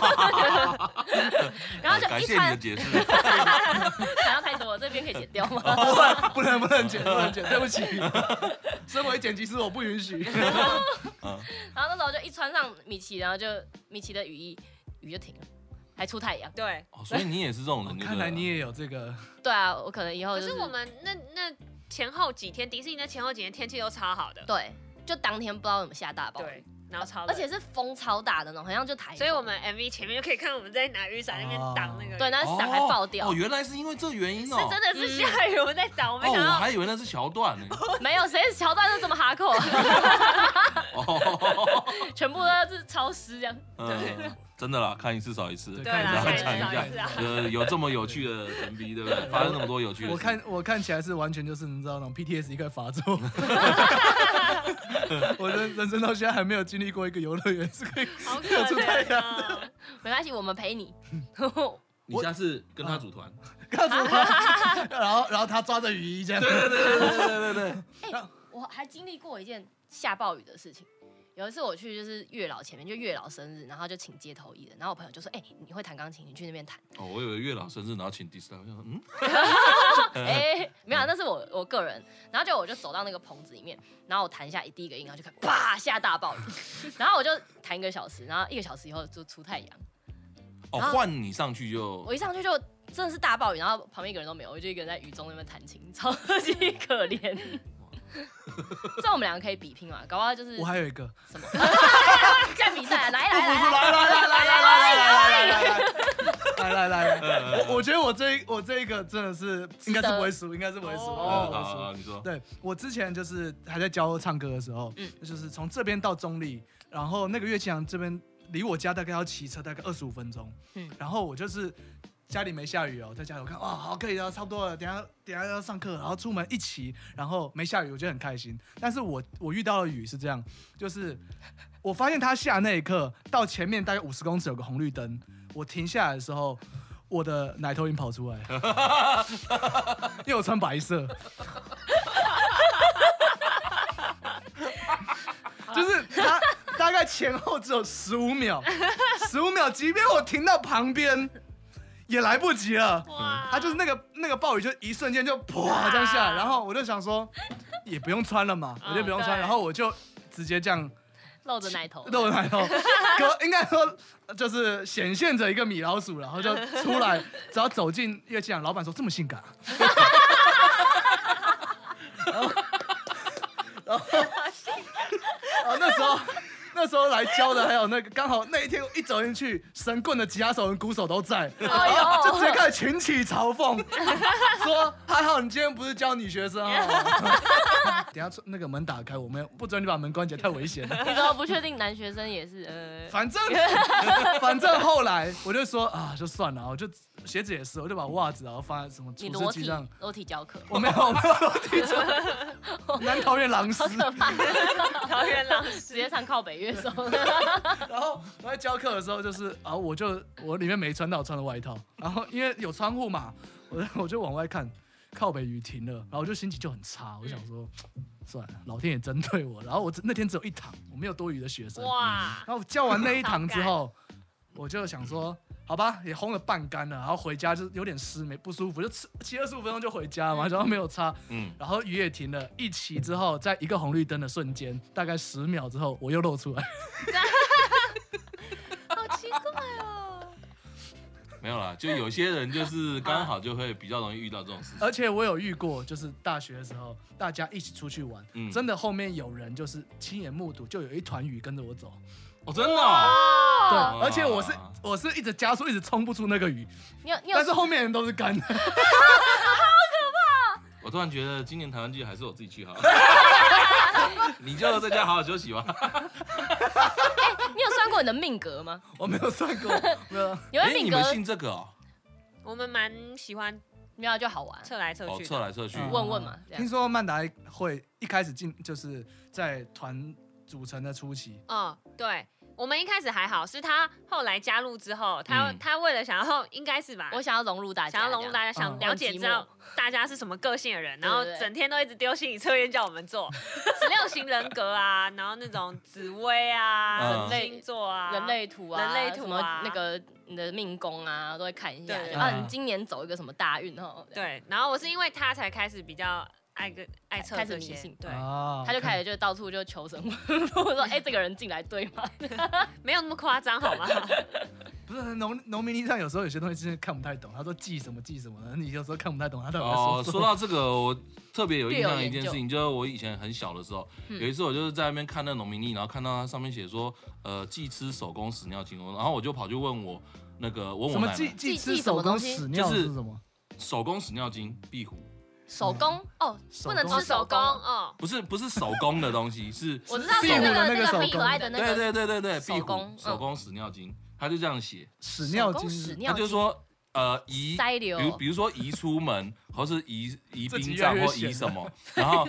然后就一穿， 感谢你的解释。 想要太多，这边可以剪掉吗？ 不能剪，对不起，身为剪辑师我不允许。 然后那时候就一穿上米奇，然后就米奇的雨衣，雨就停了，还出太阳。 对， 所以你也是这种人， 看来你也有这个。 对啊，我可能以后可是我们那前后几天，迪士尼那前后几天天气都超好的。 对，就当天不知道有没有下大暴雨。 对。然后超， 而且是风超大的那种，好像就台风。 所以我们 MV 前面就可以看到我们在拿雨伞那边挡那个。 对，那伞还爆掉。 原来是因为这原因哦。 是真的是下雨，我们在挡，我没想到。 我还以为那是桥段呢。 没有，谁桥段是这么哈扣？全部都是超湿这样。 对。 真的啦，看一次少一次， 对啦， 看一下，有这么有趣的 MV， 对不对？发生那么多有趣的事。 我看起来是完全就是你知道那种 PTSD 快发作。我人生到现在还没有经历过一个游乐园是可以出太阳的。 没关系，我们陪你。 你下次跟他组团， 然后他抓着雨衣这样。 对。 我还经历过一件下暴雨的事情。有一次我去就是月老前面，就月老生日，然后就请街头艺人，然后我朋友就说：“你会弹钢琴，你去那边弹。” 我以为月老生日然后请迪斯尼， 没有，那是我个人。然后我就走到那个棚子里面，然后我弹下第一个音，然后就看啪下大暴雨，然后我就弹1个小时，然后1个小时以后就出太阳。 换你上去就， 我一上去就真的是大暴雨，然后旁边一个人都没有，我就一个人在雨中那边弹琴，超级可怜。这我们2个可以比拼嘛？搞不好就是我还有一个什么？在比赛，来， 我觉得我这一个真的是应该是不会输， 好，你说。 对，我之前就是还在教唱歌的时候，就是从这边到中立，然后那个乐器行这边离我家大概要骑车大概25分钟，然后我就是家里没下雨哦，在家里我看哇好可以了，差不多了，等下要上课，然后出门一骑，然后没下雨，我觉得很开心。但是我遇到的雨是这样，就是我发现它下那一刻到前面大概50公尺有个红绿灯，我停下来的时候，我的奶头已经跑出来，因为我穿白色。就是它大概前后只有15秒，即便我停到旁边。也来不及了，他就是那个暴雨就一瞬间就啪这样下来，然后我就想说也不用穿了嘛，我就不用穿，然后我就直接这样露着奶头， 应该说就是显现着一个米老鼠，然后就出来，只要走进乐器行，老板说这么性感啊，然后那时候来教的还有那个刚好那一天一走进去，神棍的吉他手跟鼓手都在，然后就直接开始群起嘲讽，说还好你今天不是教女学生啊。等下那个门打开，我们不准你把门关起来，太危险了。 你说不确定男学生也是反正后来我就说啊，就算了，我就鞋子也是，我就把袜子然后放在什么厨师机上。 裸体教课？ 我没有裸体教，南桃园狼师。 好可怕！ 桃园狼师直接唱靠北乐手。 然后我在教课的时候，就是我里面没穿到，我穿了外套，然后因为有窗户嘛，我就往外看，靠北雨停了，然后我就心情就很差，我就想说算了，老天也针对我，然后我那天只有1堂，我没有多余的学生，哇！然后我教完那1堂之后，我就想说。好吧，也烘了半干了，然后回家就有点湿，不舒服，就骑25分钟就回家嘛，然后没有擦，然后雨也停了，一骑之后，在一个红绿灯的瞬间，大概10秒之后，我又露出来， 好期没有啦，就有些人就是刚好就会比较容易遇到这种事情。 而且我有遇过，就是大学的时候，大家一起出去玩，真的后面有人就是亲眼目睹，就有一团雨跟着我走。 哦，真的？ 对，而且我是一直加速，一直冲不出那个雨，但是后面人都是干的。好可怕！ 我突然觉得今年台湾季还是我自己去好了。你就在家好好休息吧。 你有算过你的命格吗？ 我没有算过，没有。 你们信这个哦？ 我们蛮喜欢， 没有就好玩， 测来测去， 测来测去， 问问嘛。 听说曼达会一开始就是在团组成的初期， 对。我们一开始还好，是他后来加入之后，他为了想要，应该是吧？ 我想要融入大家， 想了解知道大家是什么个性的人，然后整天都一直丢心理测验叫我们做16型人格啊，然后那种紫微啊、星座啊、 人类图啊、那个你的命宫啊，都会看一下。你今年走一个什么大运哦？ 对，然后我是因为他才开始比较。爱测开始迷信， 对， 他就开始就到处就求神问卜，说这个人进来对吗？ 没有那么夸张好吗？ 不是农民历上有时候有些东西真的看不太懂，他说记什么记什么的，你有时候看不太懂他到底在说什么。 说到这个，我特别有印象的一件事情，就是我以前很小的时候，有一次我就是在那边看那农民历，然后看到它上面写说，忌吃手工屎尿精，然后我就跑去问我奶奶， 什么忌吃手工屎尿是什么？ 手工屎尿精，壁虎。 手工不能吃手工不是手工的东西，是我知道是那个很可爱的那个， 对，壁虎手工屎尿精，他就这样写屎尿精， 他就说移塞流， 比如说移出门，或是移殡葬或移什么，然后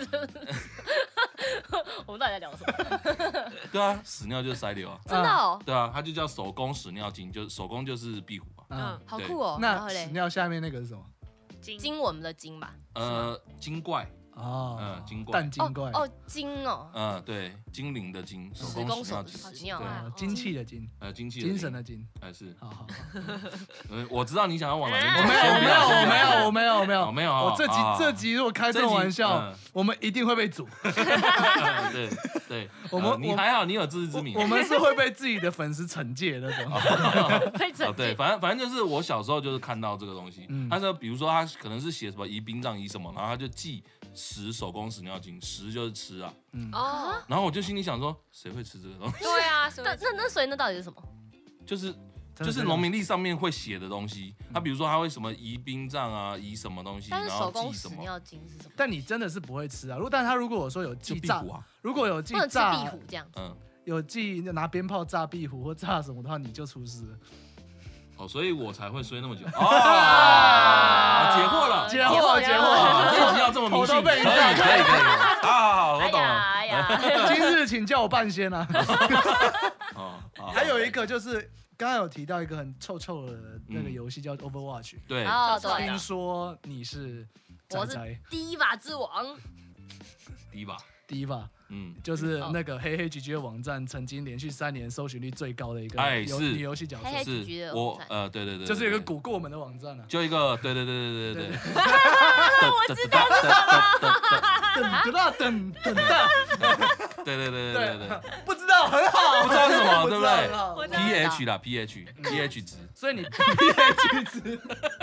我们到底在聊什么？ 对啊，屎尿就是塞流啊， 真的哦， 对啊，它就叫手工屎尿精，就是手工就是壁虎啊，好酷哦。 那屎尿下面那个是什么？ 精我们的精吧， 精怪精怪， 蛋精怪精对，精灵的精，手工屎尿， 对，精气的精，精神的精， 是， 好， 我知道你想要往哪边走，我没有，我这集如果开这种玩笑，我们一定会被煮， 对，你还好，你有自知之明， 我们是会被自己的粉丝惩戒那种， 对，反正就是我小时候就是看到这个东西，他说比如说他可能是写什么移殡葬移什么，然后他就记10手工屎尿精，10就是吃啊，然后我就心里想说，谁会吃这个东西？ 对啊， 那所以那到底是什么？ 就是农民历上面会写的东西，他比如说他会什么移殡葬啊，移什么东西， 但是手工屎尿精是什么？ 但你真的是不会吃啊！但他如果我说有记炸，如果有记炸壁虎这样， 有记拿鞭炮炸壁虎或炸什么的话，你就出事了。所以我才会衰那么久。解惑了，不要这么迷信，可以，好，我懂了。 今日请叫我半仙啊！还有一个就是刚刚有提到一个很臭的那个游戏叫 Overwatch， 对， 听说你是我是Diva之王 ，Diva，就是那个黑黑橘的网站曾经连续3年搜寻率最高的一个女游戏角色， 是我对， 就是有个古过门的网站啊， 就一个对， 我知道是什么， 等， 对， 不知道很好， 不知道是什么，对不对 ？pH 啦 ，pH 值， 所以你 pH 值，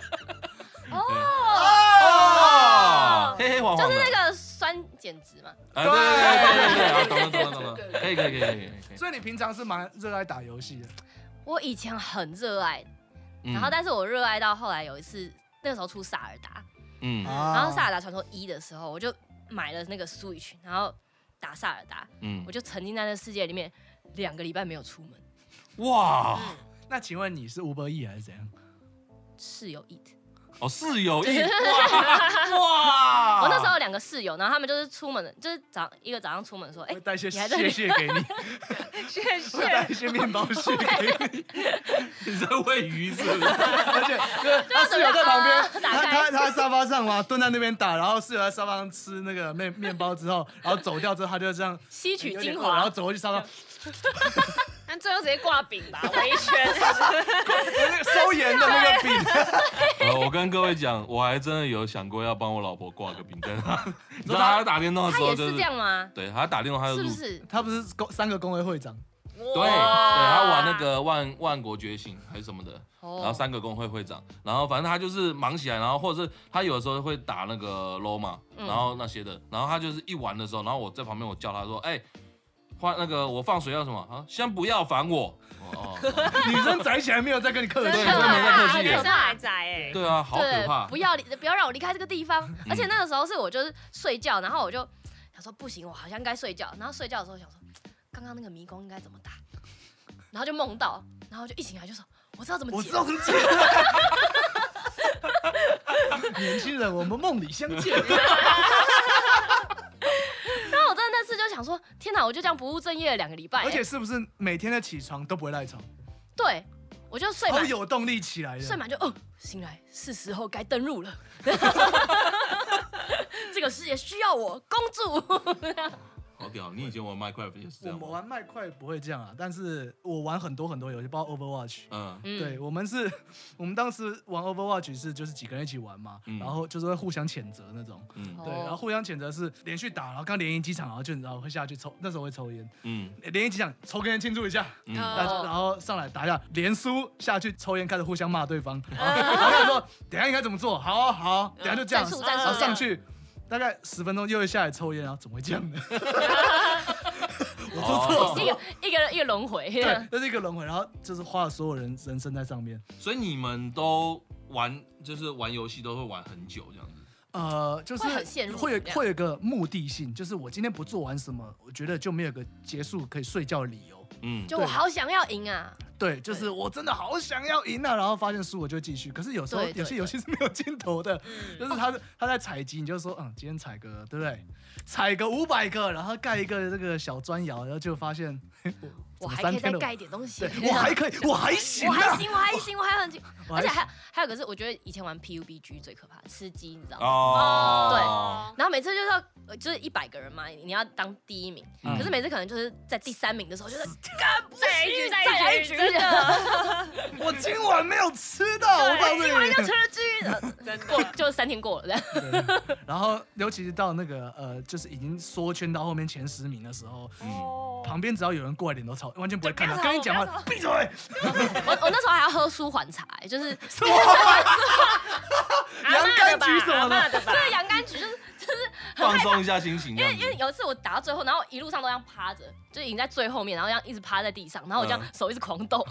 黑黑黄黄就是那个酸碱值嘛。 对，懂了，可以。 所以你平常是蛮热爱打游戏的。 我以前很热爱，然后但是我热爱到后来有一次，那个时候出萨尔达，然后萨尔达传说1的时候，我就买了那个 Switch， 然后打萨尔达，我就沉浸在那世界里面2个礼拜没有出门。 哇， 那请问你是 Uber Eats 还是怎样？ 室友 eat。 室友一哇！ 我那时候有2个室友，然后他们就是出门，就是一个早上出门说， 带些谢给你，带一些面包屑给你。 你在喂鱼是不是？ 而且他室友在旁边，他在沙发上嘛，蹲在那边打，然后室友在沙发上吃那个面包之后，然后走掉之后，他就这样吸取精华， 然后走过去沙发。 但最后直接挂饼吧，围一圈， 收盐的那个饼。 我跟各位讲，我还真的有想过要帮我老婆挂个饼，但你知道他打电动的时候他也是这样吗？ 对，他打电动他就是不是？ 他不是3个工会会长？ 对，他玩那个万国觉醒还是什么的，然后3个工会会长，然后反正他就是忙起来，然后或者是他有的时候会打那个 LOL 嘛，然后那些的，然后他就是一玩的时候，然后我在旁边我叫他说，换那个我放水要什么啊？先不要烦我。 女生宅起来没有在跟你客气， 对，真的没在客气。 女生还宅哎。 对啊，好可怕！ 不要让我离开这个地方。而且那个时候是我就是睡觉，然后我就想说不行，我好像该睡觉。然后睡觉的时候想说，刚刚那个迷宫应该怎么打？然后就梦到，然后就一醒来就说，我知道怎么解。 年轻人，我们梦里相见。 然后我真的那次就想说，天哪，我就这样不务正业了2个礼拜。 而且是不是每天的起床都不会赖床？ 对，我就睡满， 好有动力起来的。 睡满就醒来，是时候该登入了。这个世界需要我公主。 好屌！你以前玩麦块也是这样？ 我玩麦块不会这样啊，但是我玩很多游戏，包括 Overwatch。对，我们当时玩 Overwatch 是就是几个人一起玩嘛，然后就是会互相谴责那种。对，然后互相谴责是连续打，然后刚连赢几场，然后就你知道会下去抽，那时候会抽烟。连赢几场抽根烟庆祝一下，然后上来打一下，连输下去抽烟，开始互相骂对方，然后就说等一下应该怎么做，好，等一下就这样，然后上去。大概10分钟又会下来抽烟，然后怎么会这样呢？我做错了， 一个轮回。 对，这是一个轮回，然后就是花了所有人生在上面。 所以你们都就是玩游戏都会玩很久这样子。 就是会有一个目的性，就是我今天不做完什么，我觉得就没有个结束可以睡觉的理由。 就我好想要赢啊。 对，就是我真的好想要赢啊，然后发现输我就继续。可是有时候有些游戏是没有尽头的，就是他在采集，你就说今天采个对不对？采个500个，然后盖一个这个小砖窑，然后就发现我还可以再盖一点东西， 我还可以，我还行， 我还很紧。而且还有个是，我觉得以前玩 PUBG 最可怕，吃鸡，你知道吗？对，然后每次就是100个人嘛，你要当第1名，可是每次可能就是在第3名的时候，就是干不行，再来一局的。 我今晚没有吃到，我告诉你， 今晚要吃鸡，就是3天过了这样。 然后尤其是到那个就是已经缩圈到后面前10名的时候，旁边只要有人过来，脸都超完全不会看到，跟你讲话，闭嘴。 我那时候还要喝舒缓茶，就是洋甘菊什么的， 对，洋甘菊就是放松一下心情。 因为有一次我打到最后，然后一路上都这样趴着，就已经在最后面，然后这样一直趴在地上，然后我这样手一直狂抖，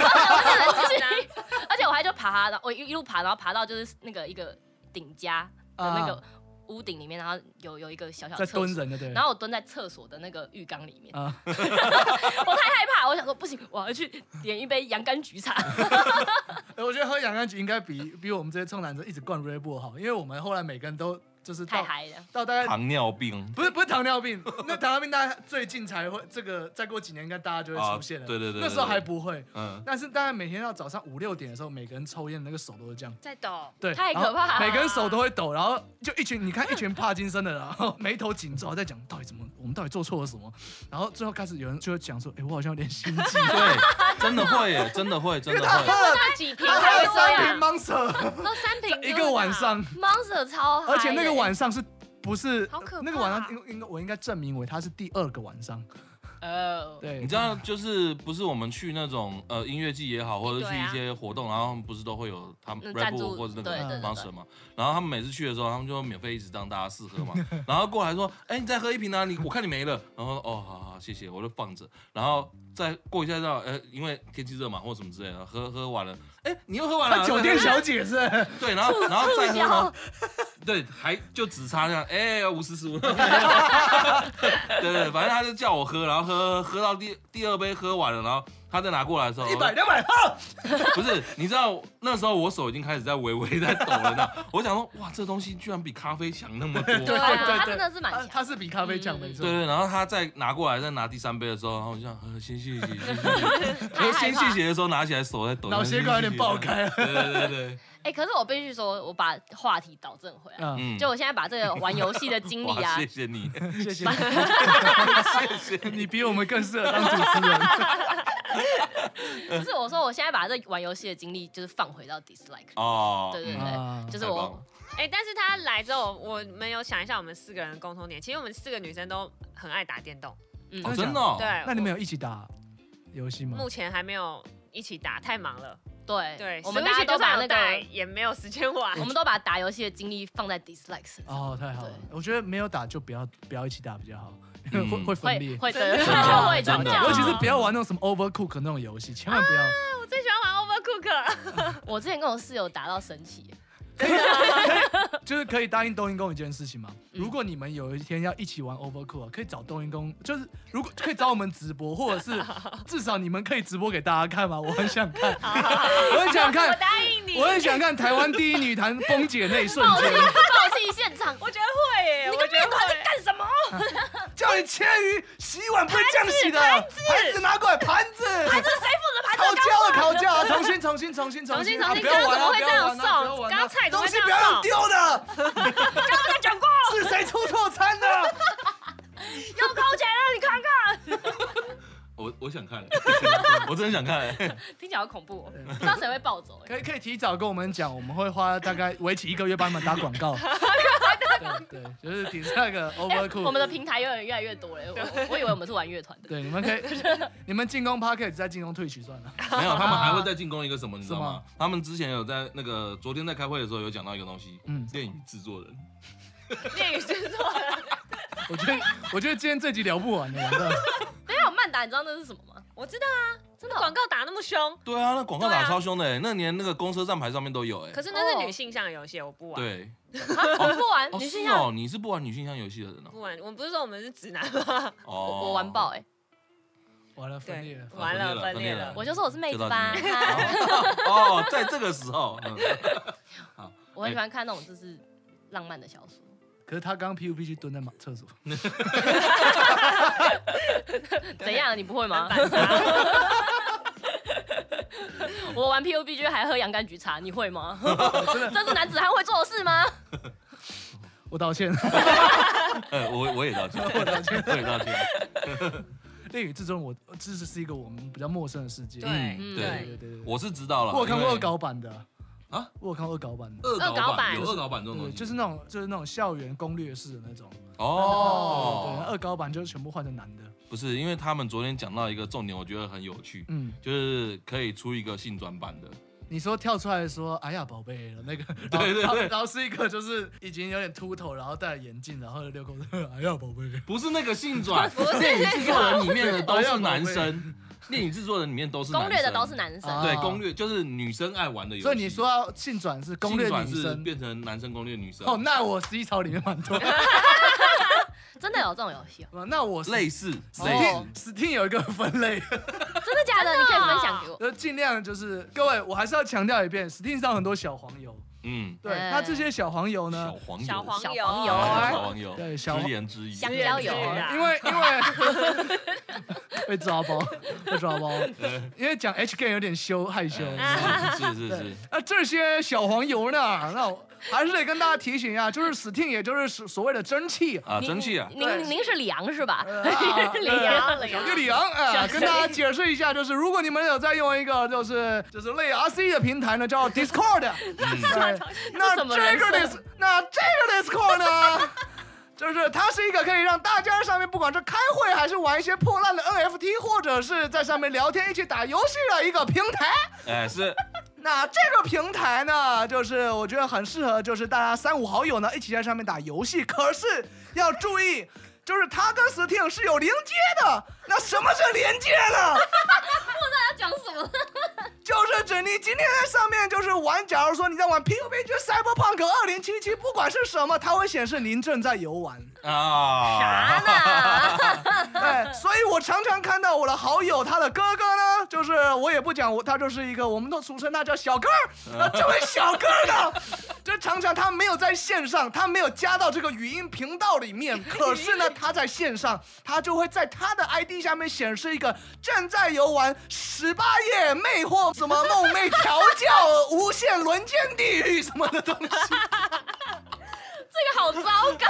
而且我还就爬，我一路爬，然后爬到就是那个一个顶家的那个屋顶里面，然后有一个小小的厕所， 在蹲人的对， 然后我蹲在厕所的那个浴缸里面，我太害怕，我想说不行，我要去点一杯洋甘菊茶。 我觉得喝洋甘菊应该比我们这些臭男生一直灌 Red Bull 好，因为我们后来每个人都就是太嗨了， 到大概糖尿病， 不是糖尿病，那糖尿病大概最近才会，这个再过几年应该大家就会出现了。 对， 那时候还不会。但是大概每天到早上5、6点的时候，每个人抽烟那个手都会这样在抖， 对， 太可怕了， 每个人手都会抖，然后就你看一群帕金森的，然后眉头紧皱，在讲我们到底做错了什么，然后最后开始有人就会讲说，我好像有点心悸。 对，真的会耶，真的会。 喝了几瓶才会 3瓶 Monster， 都3瓶一个晚上 ，Monster 超嗨， 而且那个晚上是不是好可怕？ 那个晚上我应该证明为它是第2个晚上。对， 你知道就是不是我们去那种音乐季也好，或者去一些活动，然后他们不是都会有他们 Red Bull 或者那个 Monster 嘛，然后他们每次去的时候，他们就免费一直让大家试喝嘛，然后过来说，你再喝1瓶啊，我看你没了，然后好谢谢，我就放着，然后再过一下到因为天气热嘛或什么之类的，喝完了，你又喝完了， 酒店小姐是， 对，然后再喝呢，对，还就只差这样，50-15，对，反正他就叫我喝，然后喝到第2杯喝完了，然后他再拿过来的时候 ，100、200喝， 不是，你知道那时候我手已经开始在微微在抖了呢。我想说，哇，这东西居然比咖啡强那么多。 对， 它真的是蛮强， 它是比咖啡强没错。 对，然后他再拿过来，再拿第3杯的时候，然后我就想，先谢谢。先谢谢的时候拿起来手在抖， 脑血管有点爆开了。 对。 可是我必须说，我把话题导正回来，就我现在把这个玩游戏的经历啊， 谢谢你， 谢谢你比我们更适合当主持人。 不是我说，我现在把这玩游戏的经历就是放回到 dislike。对，就是我。 但是他来之后，我们有想一下我们4个人的共同点，其实我们4个女生都很爱打电动。 真的？ 对。 那你们有一起打？ 游戏吗？ 目前还没有一起打，太忙了。对， 我们大家都把那个也没有时间玩， 我们都把打游戏的精力放在 dislike 身上。 哦，太好了，我觉得没有打就不要一起打比较好，会分裂， 会真的， 尤其是不要玩那种什么 Overcook 那种游戏，千万不要。 我最喜欢玩 Overcook， 我之前跟我室友打到生气。 就是可以答应冬阴功一件事情吗？如果你们有一天要一起玩 Overcook， 可以找冬阴功，就是如果可以找我们直播，或者是至少你们可以直播给大家看吗？我很想看，我很想看， 我答应你， 我很想看台湾第一女团崩解那一瞬间， 暴气现场， 我觉得会耶， 你跟面团在干什么？ 叫你千鱼洗碗不会这样洗的，盘子拿过来，盘子谁负责盘子？ 烤焦，重新，不要玩了，不要玩了， 刚刚菜东西不要用丢的， 刚刚讲过， 是谁出错餐的？ 又扣钱了，你看看。 我想看，我真的想看， 听起来好恐怖哦，不知道谁会暴走。 可以提早跟我们讲，我们会花大概为期1个月帮你们打广告。对，就是底下那个 Overcook。 我们的平台越来越多了，我以为我们是玩乐团的。 对，你们可以，你们进攻 Podcast 再进攻Twitch算了。 没有，他们还会再进攻一个什么，你知道吗？他们之前有在那个昨天在开会的时候有讲到一个东西，电影制作人。 电影制作人。 我觉得今天这集聊不完的，完蛋。 没有曼达，你知道那是什么吗？ 我知道啊，真的广告打那么凶。 对啊，那广告打超凶的，那连那个公车站牌上面都有哎。 可是那是女性向游戏，我不玩。 对， 我不玩女性向。 你是不玩女性向游戏的人哦？ 不玩，我们不是说我们是直男吗？ 我玩爆哎。 完了，分裂了， 分裂了。 我就说我是妹子吧。 哦，在这个时候， 好，我很喜欢看那种就是浪漫的小说。 可是他刚 PUBG 蹲在厕所， 怎样？你不会吗？我玩 PUBG 还喝洋甘菊茶，你会吗？这是男子汉会做的事吗？ 我道歉。 我也道歉，我也道歉。 恋与制作人，这是一个我们比较陌生的世界。 对， 我是知道了。 我有看过恶搞版的。 啊， 我有看恶搞版的， 有恶搞版这种东西， 就是那种校园攻略式的那种。 哦， 对，恶搞版就是全部换成男的。 不是，因为他们昨天讲到一个重点，我觉得很有趣，就是可以出一个性转版的。 你说跳出来说，哎呀宝贝了那个， 对， 然后是一个就是已经有点秃头，然后戴眼镜，然后遛狗，哎呀宝贝， 不是那个性转，电影制作人里面的都是男生。电影制作人里面都是攻略的都是男生， 对，攻略就是女生爱玩的游戏。 所以你说要性转是攻略女生变成男生攻略女生。 哦，那我11槽里面蛮多。 真的有这种游戏哦？那我类似 Steam 有一个分类。 真的假的？你可以分享给我。 就尽量就是各位，我还是要强调一遍 ，Steam 上很多小黄油。对，那这些小黄油呢？ 小黄油，对，香蕉油， 因为被抓包，因为讲 H game 有点害羞。 是。 那这些小黄油呢？那我还是得跟大家提醒一下，就是 Steam 也就是所谓的蒸汽啊，蒸汽啊。 您是李阳是吧？ 李阳， 跟大家解释一下，就是如果你们有在用一个就是类 RC 的平台呢，叫 Discord。那这个 Discord 呢，就是它是一个可以让大家上面不管是开会还是玩一些破烂的 NFT， 或者是在上面聊天一起打游戏的一个平台。 是。 那这个平台呢，就是我觉得很适合，就是大家3、5好友呢一起在上面打游戏。可是要注意，就是它跟 Steam 是有连接的。那什么是连接呢？ 不知道要讲什么。 就是指你今天在上面就是玩，假如说你在玩 PUBG Cyberpunk 2077，不管是什么，它会显示您正在游玩啊。啥呢？ 对，所以我常常看到我的好友他的哥哥呢，就是我也不讲他就是一个，我们都俗称他叫小哥。那这位小哥呢，就常常他没有在线上，他没有加到这个语音频道里面，可是呢他在线上，他就会在他的 ID 下面显示一个正在游玩18夜魅惑什么梦寐调教无限轮奸地狱什么的东西。 这个好糟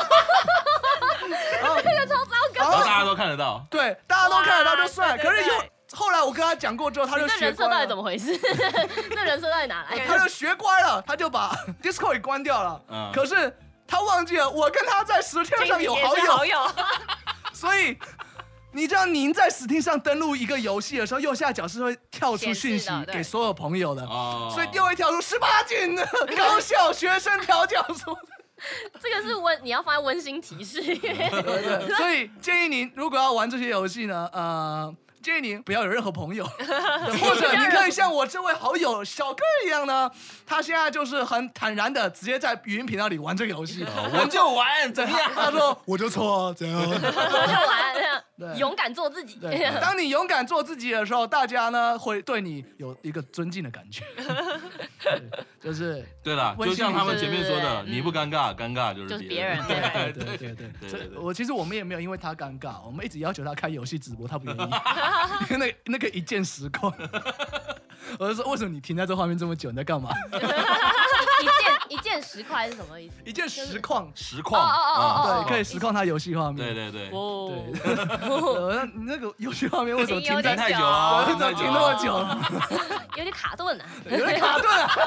糕，这个超糟糕。 然后大家都看得到， 对，大家都看得到就算。可是后来我跟他讲过之后，他就学乖了。 这人设到底怎么回事？这人设到底哪来？ 他就学乖了，他就把 Discord 给关掉了。可是他忘记了，我跟他在Steam上有好友，所以你知道您在 Steam 上登录一个游戏的时候，右下角是会跳出讯息给所有朋友的，所以又会跳出18禁的高校学生调教书。 这个是你要放在温馨提示。 所以建议您如果要玩这些游戏呢，建议您不要有任何朋友，或者你可以像我这位好友小个一样呢，他现在就是很坦然的直接在语音频道里玩这个游戏， 我就玩怎样？ 他说我就错这样，我就玩这样。勇敢做自己。 当你勇敢做自己的时候，大家呢会对你有一个尊敬的感觉。就是对啦，就像他们前面说的，你不尴尬，尴尬就是别人。 对。其实我们也没有因为他尴尬，我们一直要求他开游戏直播，他不愿意。那个一键实况，我就说为什么你停在这画面这么久？你在干嘛？ 一键实况是什么意思？ 一键实况， 对， 可以实况他游戏画面。 对。 你那个游戏画面为什么停太久了？ 怎么停那么久了？ 有点卡顿啊， 有点卡顿啊。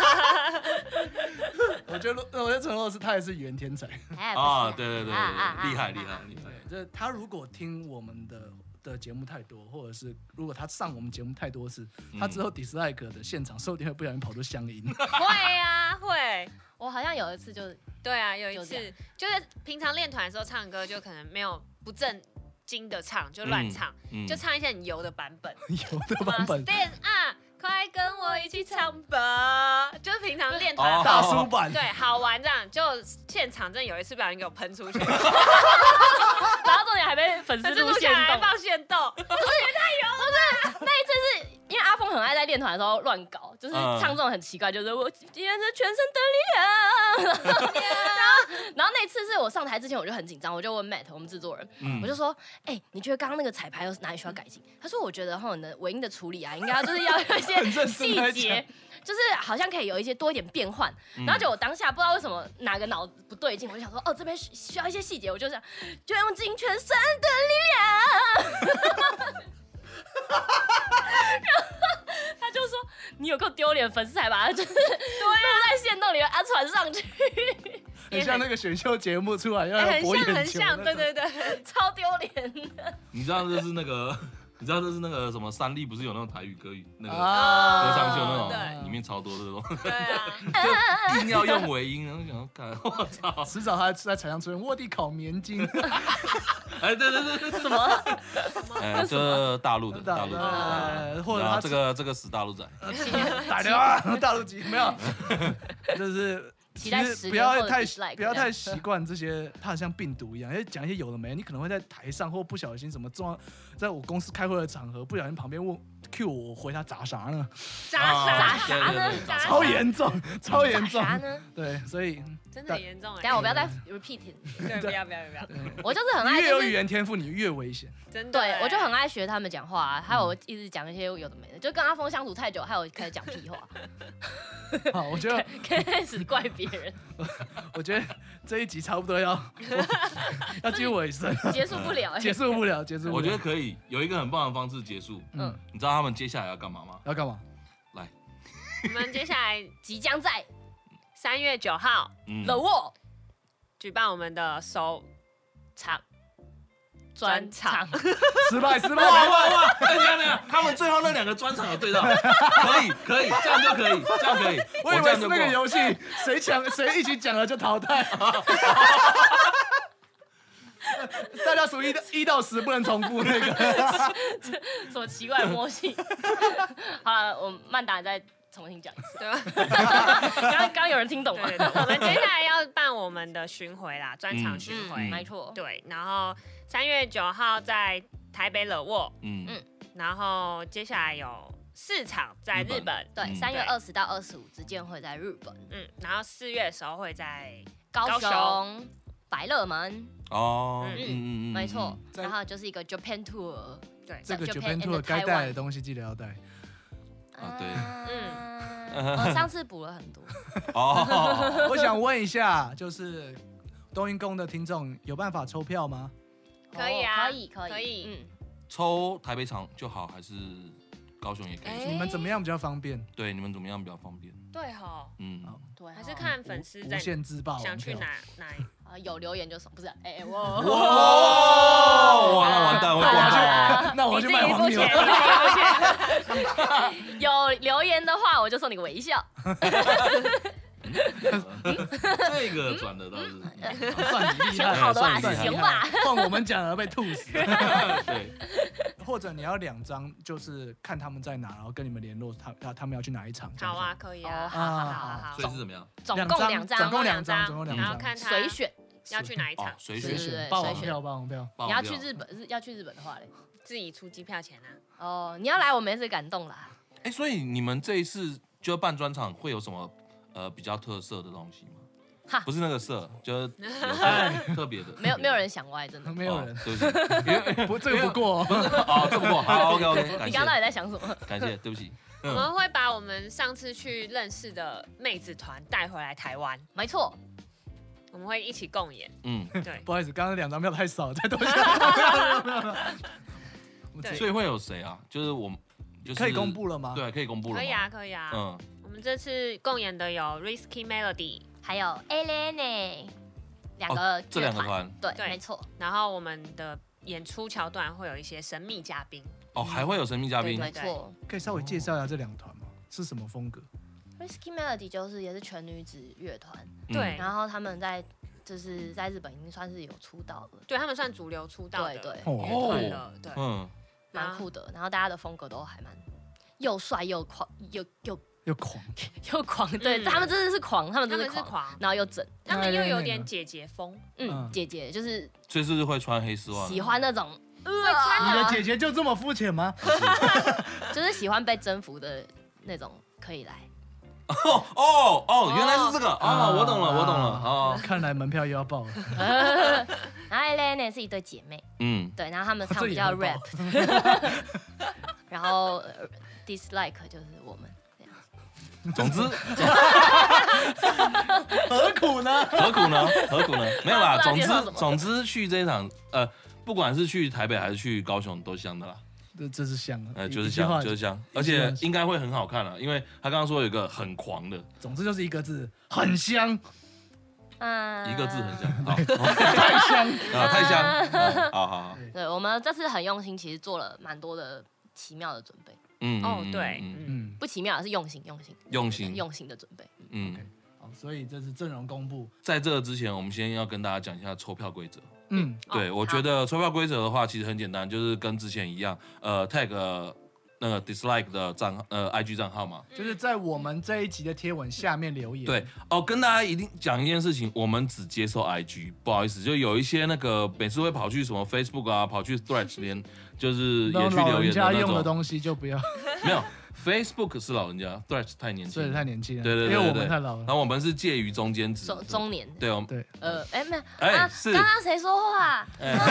我觉得陈老师他也是语言天才啊，对，厉害。 就是他如果听我们的节目太多，或者是如果他上我们节目太多次，他之后 dislike 的现场说不定会不小心跑出乡音。 会啊，会。 我好像有一次对啊，有一次就是平常练团的时候唱歌就可能没有不正经的唱，就乱唱，就唱一些很油的版本。 油的版本。 快跟我一起唱吧！就是平常练团大叔版， 对，好玩这样。就现场真的有一次不小心给我喷出去，然后重点还被粉丝录限动， 放限动，不是也太油了？ 那一次是因为阿峰很爱在练团的时候乱搞，就是唱这种很奇怪，就是我今天是全身的力量。然后那次是我上台之前我就很紧张，我就问 Matt 我们制作人，我就说，你觉得刚刚那个彩排有哪里需要改进？他说我觉得你的尾音的处理啊，应该就是要有一些细节，就是好像可以有一些多一点变换。然后就我当下不知道为什么哪个脑子不对劲，我就想说，这边需要一些细节，我就想就用尽全身的力量。然后他就说你有够丢脸，粉丝才把他就是录在限动里面传上去。 很像那个选秀节目出来要博眼球， 很像，对， 超丢脸的。 你知道这是那个什么三立不是有那种台语歌语那个歌唱秀那种，里面超多这种， 对啊， 就硬要用尾音，然后想要看，我操！ 迟早他在台上出现卧底烤棉筋。 对， 什么？ 这大陆的， 或者他这个死大陆仔， 打电话大陆籍没有，就是。其实不要太习惯这些，它好像病毒一样，讲一些有的没，你可能会在台上或不小心什么重要，在我公司开会的场合，不小心旁边问 Q 我回他咋啥呢？ 咋啥呢？ 超严重。 啥呢？ 对，所以真的很严重。 等下我不要再 repeat。 对，不要。 我就是很爱， 越有语言天赋，你越危险。 真的。 对，我就很爱学他们讲话，还有一直讲一些有的没的，就跟阿峰相处太久，还有开始讲屁话。 好，我觉得开始怪别人。 我觉得这一集差不多要进入尾声， 结束不了。 我觉得可以有一个很棒的方式结束。你知道他们接下来要干嘛吗？ 要干嘛？ 来， 我们接下来即将在 3月9号冷沃举办我们的首场专场。 失败！ 哇！他们最后那2个专场有对到，可以，这样就可以。 我以为是那个游戏，谁一起讲了就淘汰。大家数1到10不能重复那个。 什么奇怪的默契？好了，我曼达再重新讲一次， 对吧？ 刚有人听懂吗？ 我们接下来要办我们的巡回啦，专场巡回， 没错。 对，然后3月9号在台北冷沃，然后接下来有4场在日本， 对，3月20到25之间会在日本， 然后4月的时候会在高雄百乐门，没错， 然后就是一个 Japan Tour， 对， 这个 Japan Tour 该带的东西记得要带。 对， 我上次补了很多。 我想问一下，就是冬阴功的听众有办法抽票吗？ 可以啊， 可以， 抽台北场就好，还是高雄也可以？ 你们怎么样比较方便？ 对，你们怎么样比较方便？ 对哈， 对， 还是看粉丝在无限自爆想去哪里。 有留言就送，不是？ 哇，完蛋， 那我去卖黄牛。 有留言的话，我就送你个微笑。 这个转的倒是算你厉害， 好的吧，行吧。 换我们讲了被吐死。 对， 或者你要2张，就是看他们在哪，然后跟你们联络，他们要去哪一场。 好啊，可以啊，好。 所以是怎么样？ 总共2张， 总共2张， 然后看他随选要去哪一场， 随选， 霸王票。 你要去日本，要去日本的话嘞， 自己出机票钱啊。 哦，你要来，我们也是感动啦。 所以你们这一次就办专场会有什么比较特色的东西吗？不是那个色，就是特别的。 没有人想歪，真的没有人。 对不起， 这个不过这不过。好 ，OK， 你刚刚到底在想什么？ 感谢，对不起。 我们会把我们上次去认识的妹子团带回来台湾。 没错。 我们会一起共演。对。 不好意思，刚刚2张票太少，再多一下。 所以会有谁啊？就是我们可以公布了吗？ 对，可以公布了。 可以啊。我们这次共演的有 Risky Melody， 还有 Elena， 这 2个团。 对，没错。 然后我们的演出桥段会有一些神秘嘉宾。 还会有神秘嘉宾。 没错。 可以稍微介绍一下这2团吗？是什么风格？ Risky Melody 也是全女子乐团， 对， 然后他们在日本已经算是有出道了， 对他们算主流出道的乐团了，对， 蛮酷的。然后大家的风格都还蛮又帅又狂又狂，对他们真的是狂，他们是狂，然后又整， 他们又有点姐姐风， 姐姐就是， 所以是会穿黑丝袜， 喜欢那种， 你的姐姐就这么肤浅吗？ 就是喜欢被征服的那种，可以来。 原来是这个我懂了看来门票又要爆了。 然后 Elena 是一对姐妹，对，然后他们唱比较 rap， 然后Dislike 就是我们这样。 总之， 何苦呢？ 没有啦，总之去这一场，不管是去台北还是去高雄都香的啦。 这是香啊， 就是香，而且应该会很好看了，因为他刚刚说有一个很狂的， 总之就是一个字，很香。 一个字很香， 太香太香，好。 对，我们这次很用心，其实做了蛮多的奇妙的准备。 对， 不奇妙，是用心的准备。 好，所以这是阵容公布。 在这之前，我们先要跟大家讲一下抽票规则。对，我觉得抽票规则的话，其实很简单，就是跟之前一样，tag 那个 dislike 的IG 账号嘛， 就是在我们这一集的贴文下面留言。 对跟大家一定讲一件事情，我们只接受 IG， 不好意思，就有一些那个每次会跑去什么 Facebook 啊，跑去 Threads 连就是也去留言的那种。 老人家用的东西就不要。 没有。Facebook 是老人家 ，Threads 太年轻， 对，太年轻了。 对， 因为我们太老了。 然后我们是介于中间值， 中年。 对， 对。 没有。 是。 刚刚谁说话？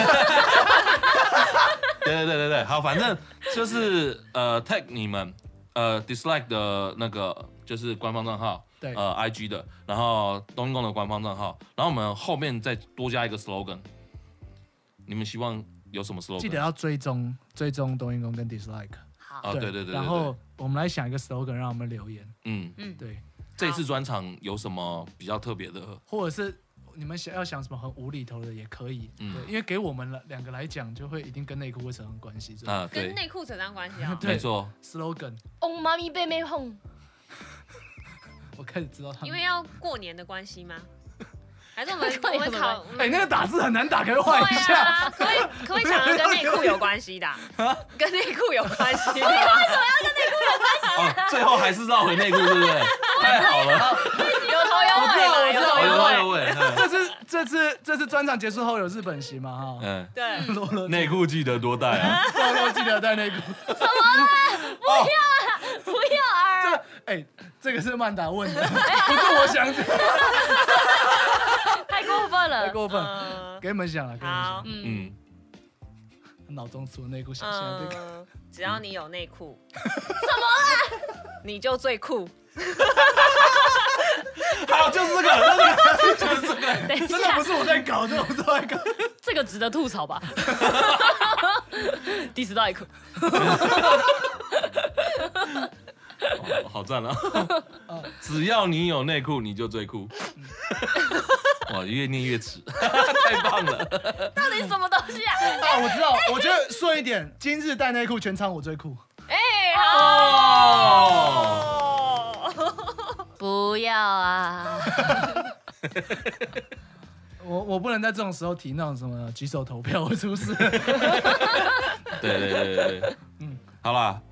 对，好，反正就是tag 你们dislike 的那个就是官方账号， 对 IG 的，然后冬阴功的官方账号，然后我们后面再多加一个 slogan。你们希望有什么 slogan？ 记得要追踪冬阴功跟 dislike。 对。 然后我们来想一个 slogan， 让我们留言。对。这一次专场有什么比较特别的？ 或者是你们要想什么很无厘头的也可以。对，因为给我们2个来讲，就会一定跟内裤会扯上关系。 对。 跟内裤扯上关系啊。 没错。 slogan。 妈咪被妹哄。 我开始知道他们。 因为要过年的关系吗？还是我们考？ 那个打字很难打，可以换一下。 可不可以想要跟内裤有关系的？跟内裤有关系的？为什么要跟内裤有关系？ 最后还是绕回内裤，对不对？太好了， 有头有尾。 这次专场结束后有日本行嘛？ 对。 内裤记得多带啊！ 都记得带内裤。 什么？不要啊！ 这个是曼达问的，不是我想讲。 太过分了， 太过分，给你们想了， 好， 脑中除了内裤，想象这个， 只要你有内裤， 什么啦？ 你就最酷。 好，就是这个，就是这个， 真的不是我在搞， 这个值得吐槽吧？Dislike。 好赞啊！只要你有内裤，你就最酷。 哇，越念越迟，太棒了！ 到底什么东西啊？ 我知道，我觉得顺一点，今日带内裤全场我最酷。 好。不要啊！ 我不能在这种时候提那种什么举手投票，会出事。 对，好啦，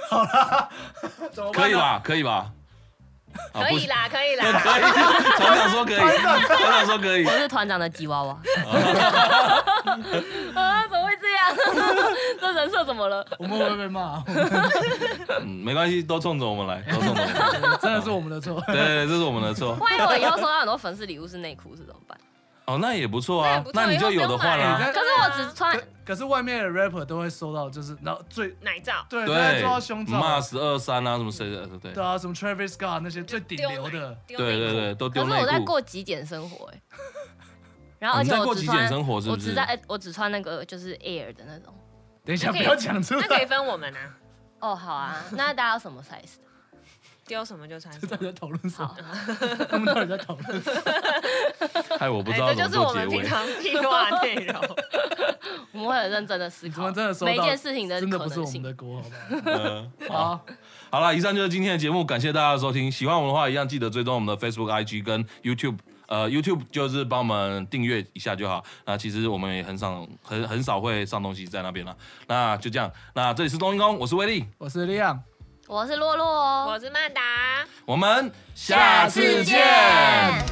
可以吧？可以吧？ 可以啦，可以啦。 团长说可以，团长说可以。 我是团长的吉娃娃。怎么会这样？这人设怎么了？ 我们会被骂。 没关系，都冲着我们来，都冲着我们来。真的是我们的错。 对，这是我们的错。 万一我以后收到很多粉丝礼物是内裤是怎么办？ 哦，那也不错啊，那你就有的换啦。 可是我只穿， 可是外面的 rapper 都会收到，就是然后最奶罩， 对，收到胸罩 ，Mars 23啊，什么谁的，对。 对啊，什么 Travis Scott 那些最顶流的， 对，都丢内裤。 可是我在过极简生活然后而且我只穿，我只穿那个就是 Air 的那种。 等一下，不要讲出来。 那可以分我们啊。 哦，好啊，那大家有什么 size 的？ 丢什么就穿什么。 大家在讨论什么？他们到底在讨论什么？ 害我不知道怎么做结尾。 这就是我们平常屁话内容。 我们会很认真的思考， 真的每一件事情的真的不是我们的锅，好不好？好了，以上就是今天的节目，感谢大家的收听。喜欢我们的话，一样记得追踪我们的 Facebook、IG 跟 YouTube。YouTube 就是帮我们订阅一下就好。那其实我们也很少会上东西在那边了。那就这样。那这里是冬阴功，我是威力， 我是亮， 我是洛洛， 我是曼达。 我们下次见。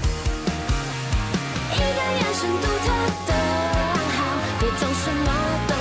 独特的暗号，别装什么都